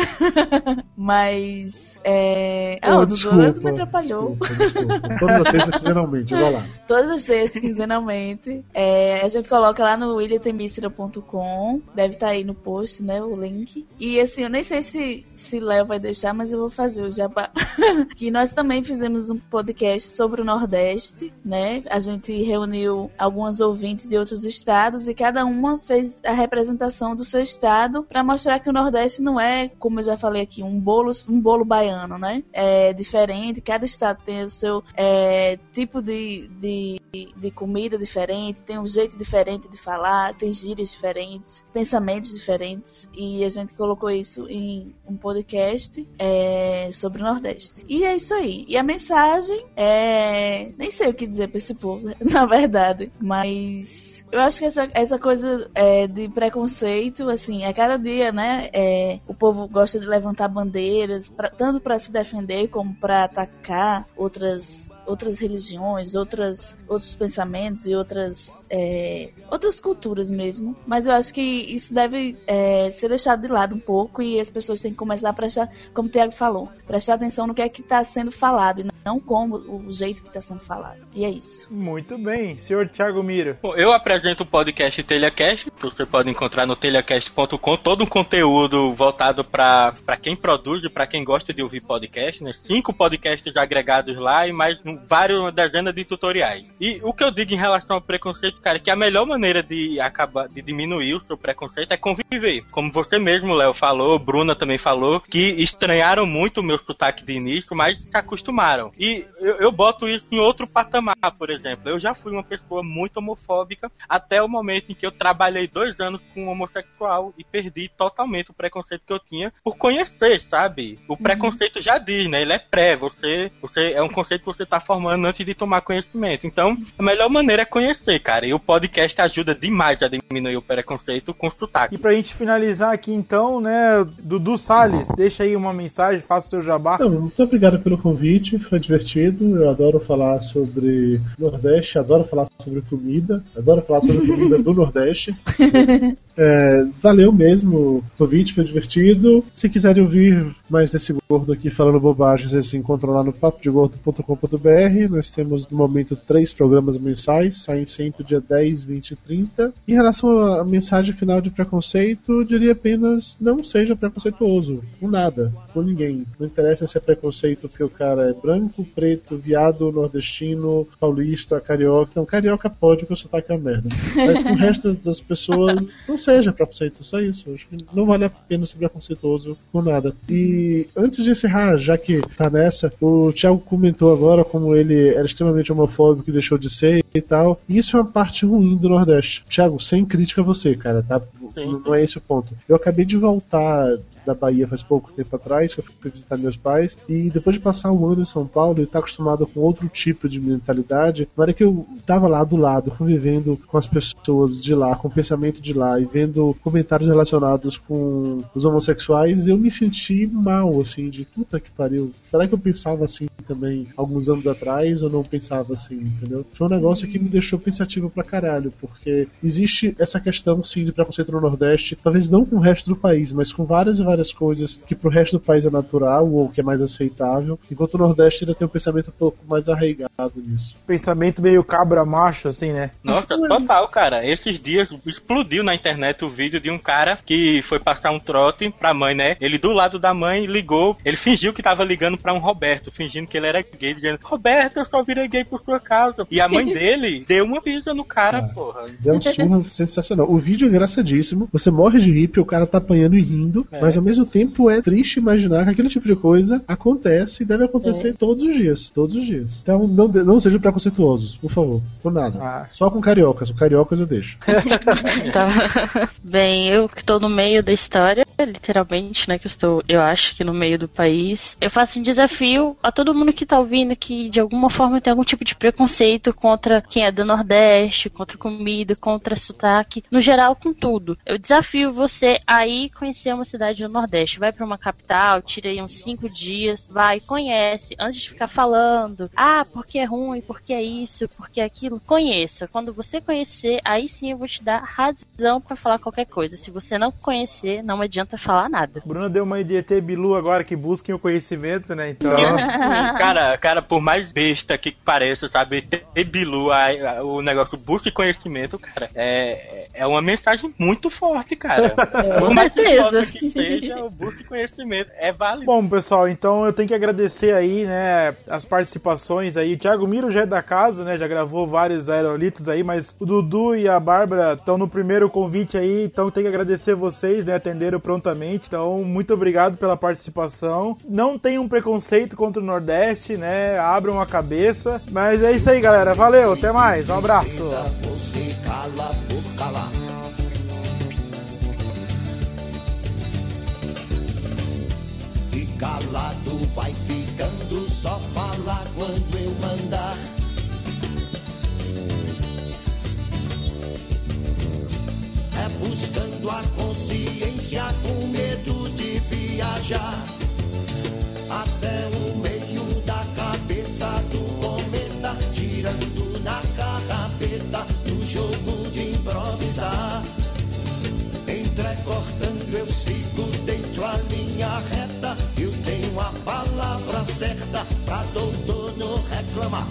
Mas é... Ah, oh, o desculpa, Dudu me atrapalhou. Desculpa, desculpa. Todas as terças quinzenalmente, vai lá. Todas as terças quinzenalmente. É, a gente coloca lá no ilha temícera ponto com. Deve estar aí no post, né? O link. E assim, eu nem sei se, se Léo vai deixar, mas eu vou fazer o jabá. Que nós também fizemos um podcast sobre o Nordeste, né? A gente reuniu algumas ouvintes de outros estados e cada uma fez a representação do seu estado para mostrar que o Nordeste não é, como eu já falei aqui, um bolo, um bolo baiano, né? É diferente, cada estado tem o seu é, tipo de, de, de comida diferente, tem um jeito diferente de falar, tem gírias diferentes, pensamentos diferentes, e a gente colocou isso em um podcast é, sobre o Nordeste. E é isso aí. E a mensagem é... nem sei o que dizer pra esse povo, na verdade, mas eu acho que essa, essa coisa é, de preconceito, assim, a cada dia, né, é, o povo gosta de levantar bandeiras, pra, tanto para se defender como para atacar outras outras religiões, outras, outros pensamentos e outras, é, outras culturas mesmo. Mas eu acho que isso deve é, ser deixado de lado um pouco e as pessoas têm que começar a prestar, como o Thiago falou, prestar atenção no que é que está sendo falado e não como o jeito que está sendo falado. E é isso. Muito bem. Senhor Thiago Miro. Bom, eu apresento o podcast TelhaCast, que você pode encontrar no telhacast ponto com, todo um conteúdo voltado para quem produz e para quem gosta de ouvir podcast, né? Cinco podcasts agregados lá e mais várias, uma dezena de tutoriais. E o que eu digo em relação ao preconceito, cara, é que a melhor maneira de acabar, de diminuir o seu preconceito é conviver. Como você mesmo, Léo, falou, Bruna também falou, que estranharam muito o meu sotaque de início, mas se acostumaram. E eu, eu boto isso em outro patamar, por exemplo. Eu já fui uma pessoa muito homofóbica até o momento em que eu trabalhei dois anos com um homossexual e perdi totalmente o preconceito que eu tinha por conhecer, sabe? O preconceito já diz, né? Ele é pré, você, você é um conceito que você tá formando antes de tomar conhecimento. Então, a melhor maneira é conhecer, cara. E o podcast ajuda demais a diminuir o preconceito com sotaque. E pra gente finalizar aqui, então, né, Dudu Salles, deixa aí uma mensagem, faça o seu jabá. Não, muito obrigado pelo convite, foi divertido. Eu adoro falar sobre Nordeste, adoro falar sobre comida, adoro falar sobre comida do Nordeste. É, valeu mesmo o convite, foi divertido. Se quiserem ouvir mais desse gordo aqui falando bobagens, vocês se encontram lá no papo de gordo ponto com ponto b r. Nós temos no momento três programas mensais, saem sempre dia dez, vinte e trinta. Em relação à mensagem final de preconceito, eu diria apenas não seja preconceituoso com nada, com ninguém. Não interessa se é preconceito porque o cara é branco, preto, viado, nordestino, paulista, carioca. Não, carioca pode porque o sotaque é uma merda. Mas com o resto das pessoas, não seja preconceito, só isso. Acho que não vale a pena ser preconceituoso com nada. E antes de encerrar, já que tá nessa, o Thiago comentou agora como ele era extremamente homofóbico e deixou de ser e tal. E isso é uma parte ruim do Nordeste. Thiago, sem crítica a você, cara, tá? Sim, não é esse o ponto. Eu acabei de voltar da Bahia faz pouco tempo atrás, que eu fui visitar meus pais, e depois de passar um ano em São Paulo e estar acostumado com outro tipo de mentalidade, na hora que eu tava lá do lado, convivendo com as pessoas de lá, com o pensamento de lá, e vendo comentários relacionados com os homossexuais, eu me senti mal, assim, de puta que pariu. Será que eu pensava assim também alguns anos atrás, ou não pensava assim, entendeu? Foi um negócio que me deixou pensativo pra caralho, porque existe essa questão, sim, de preconceito no Nordeste, talvez não com o resto do país, mas com várias e várias coisas que pro resto do país é natural ou que é mais aceitável, enquanto o Nordeste ainda tem um pensamento um pouco mais arraigado nisso. Pensamento meio cabra macho, assim, né? Nossa, total, cara. Esses dias explodiu na internet o vídeo de um cara que foi passar um trote pra mãe, né? Ele do lado da mãe ligou, ele fingiu que tava ligando pra um Roberto, fingindo que ele era gay, dizendo: Roberto, eu só virei gay por sua causa. E a mãe dele deu uma pisa no cara, ah, porra. Deu uma surra sensacional. O vídeo é engraçadíssimo, você morre de rir porque o cara tá apanhando e rindo, é. Mas ao mesmo tempo é triste imaginar que aquele tipo de coisa acontece e deve acontecer é. todos os dias. Todos os dias. Então não, não sejam preconceituosos, por favor. Por nada. Ah. Só com cariocas. O cariocas eu deixo. Tá. Bem, eu que tô no meio da história, literalmente, né, que eu estou, eu acho que no meio do país, eu faço um desafio a todo mundo que tá ouvindo que de alguma forma tem algum tipo de preconceito contra quem é do Nordeste, contra comida, contra sotaque, no geral com tudo. Eu desafio você a ir conhecer uma cidade do Nordeste, vai pra uma capital, tira aí uns cinco dias, vai, conhece, antes de ficar falando, ah, porque é ruim, porque é isso, porque é aquilo, conheça. Quando você conhecer, aí sim eu vou te dar razão pra falar qualquer coisa. Se você não conhecer, não adianta falar nada. Bruna deu uma ideia E T Bilu agora, que busquem o conhecimento, né, então... cara, cara, por mais besta que pareça, sabe, E T Bilu, a, a, o negócio busque conhecimento, cara, é, é uma mensagem muito forte, cara. É, por mais forte que seja, o busque conhecimento é válido. Bom, pessoal, então eu tenho que agradecer aí, né, as participações aí. O Thiago Miro já é da casa, né, já gravou vários aerolitos aí, mas o Dudu e a Bárbara estão no primeiro convite aí, então tenho que agradecer vocês, né, atenderam prontamente. Então, muito obrigado pela participação. Não tenham preconceito contra o Nordeste, né, abram a cabeça. Mas é isso aí, galera. Valeu, até mais. Um abraço. Você cala por calar. E calado vai ficando, só falar quando eu mandar. É buscando a consciência com medo de viajar até o meio da cabeça do começo. certa pra doutor não reclamar.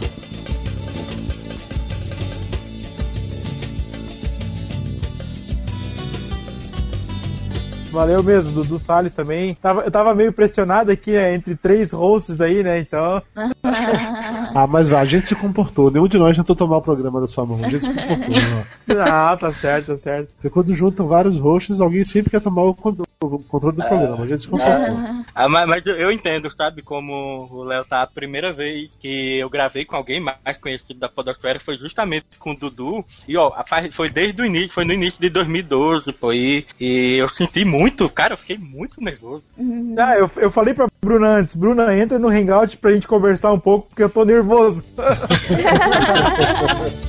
Valeu mesmo, Dudu Salles também. Tava, eu tava meio pressionado aqui, né, entre três hosts aí, né, então... Ah, mas vai, a gente se comportou. Nenhum de nós tentou tomar o programa da sua mão. A gente se comportou. Ó. Ah, tá certo, tá certo. Porque quando juntam vários hosts, alguém sempre quer tomar o controle do programa. A gente se comportou. Ah, mas, mas eu entendo, sabe, como o Léo tá. A primeira vez que eu gravei com alguém mais conhecido da podosfera foi justamente com o Dudu. E, ó, foi desde o início, foi no início de dois mil e doze, pô, e, e eu senti muito, cara, eu fiquei muito nervoso. Ah, eu, eu falei pra Bruna antes, Bruna, entra no Hangout pra gente conversar um pouco, porque eu tô nervoso.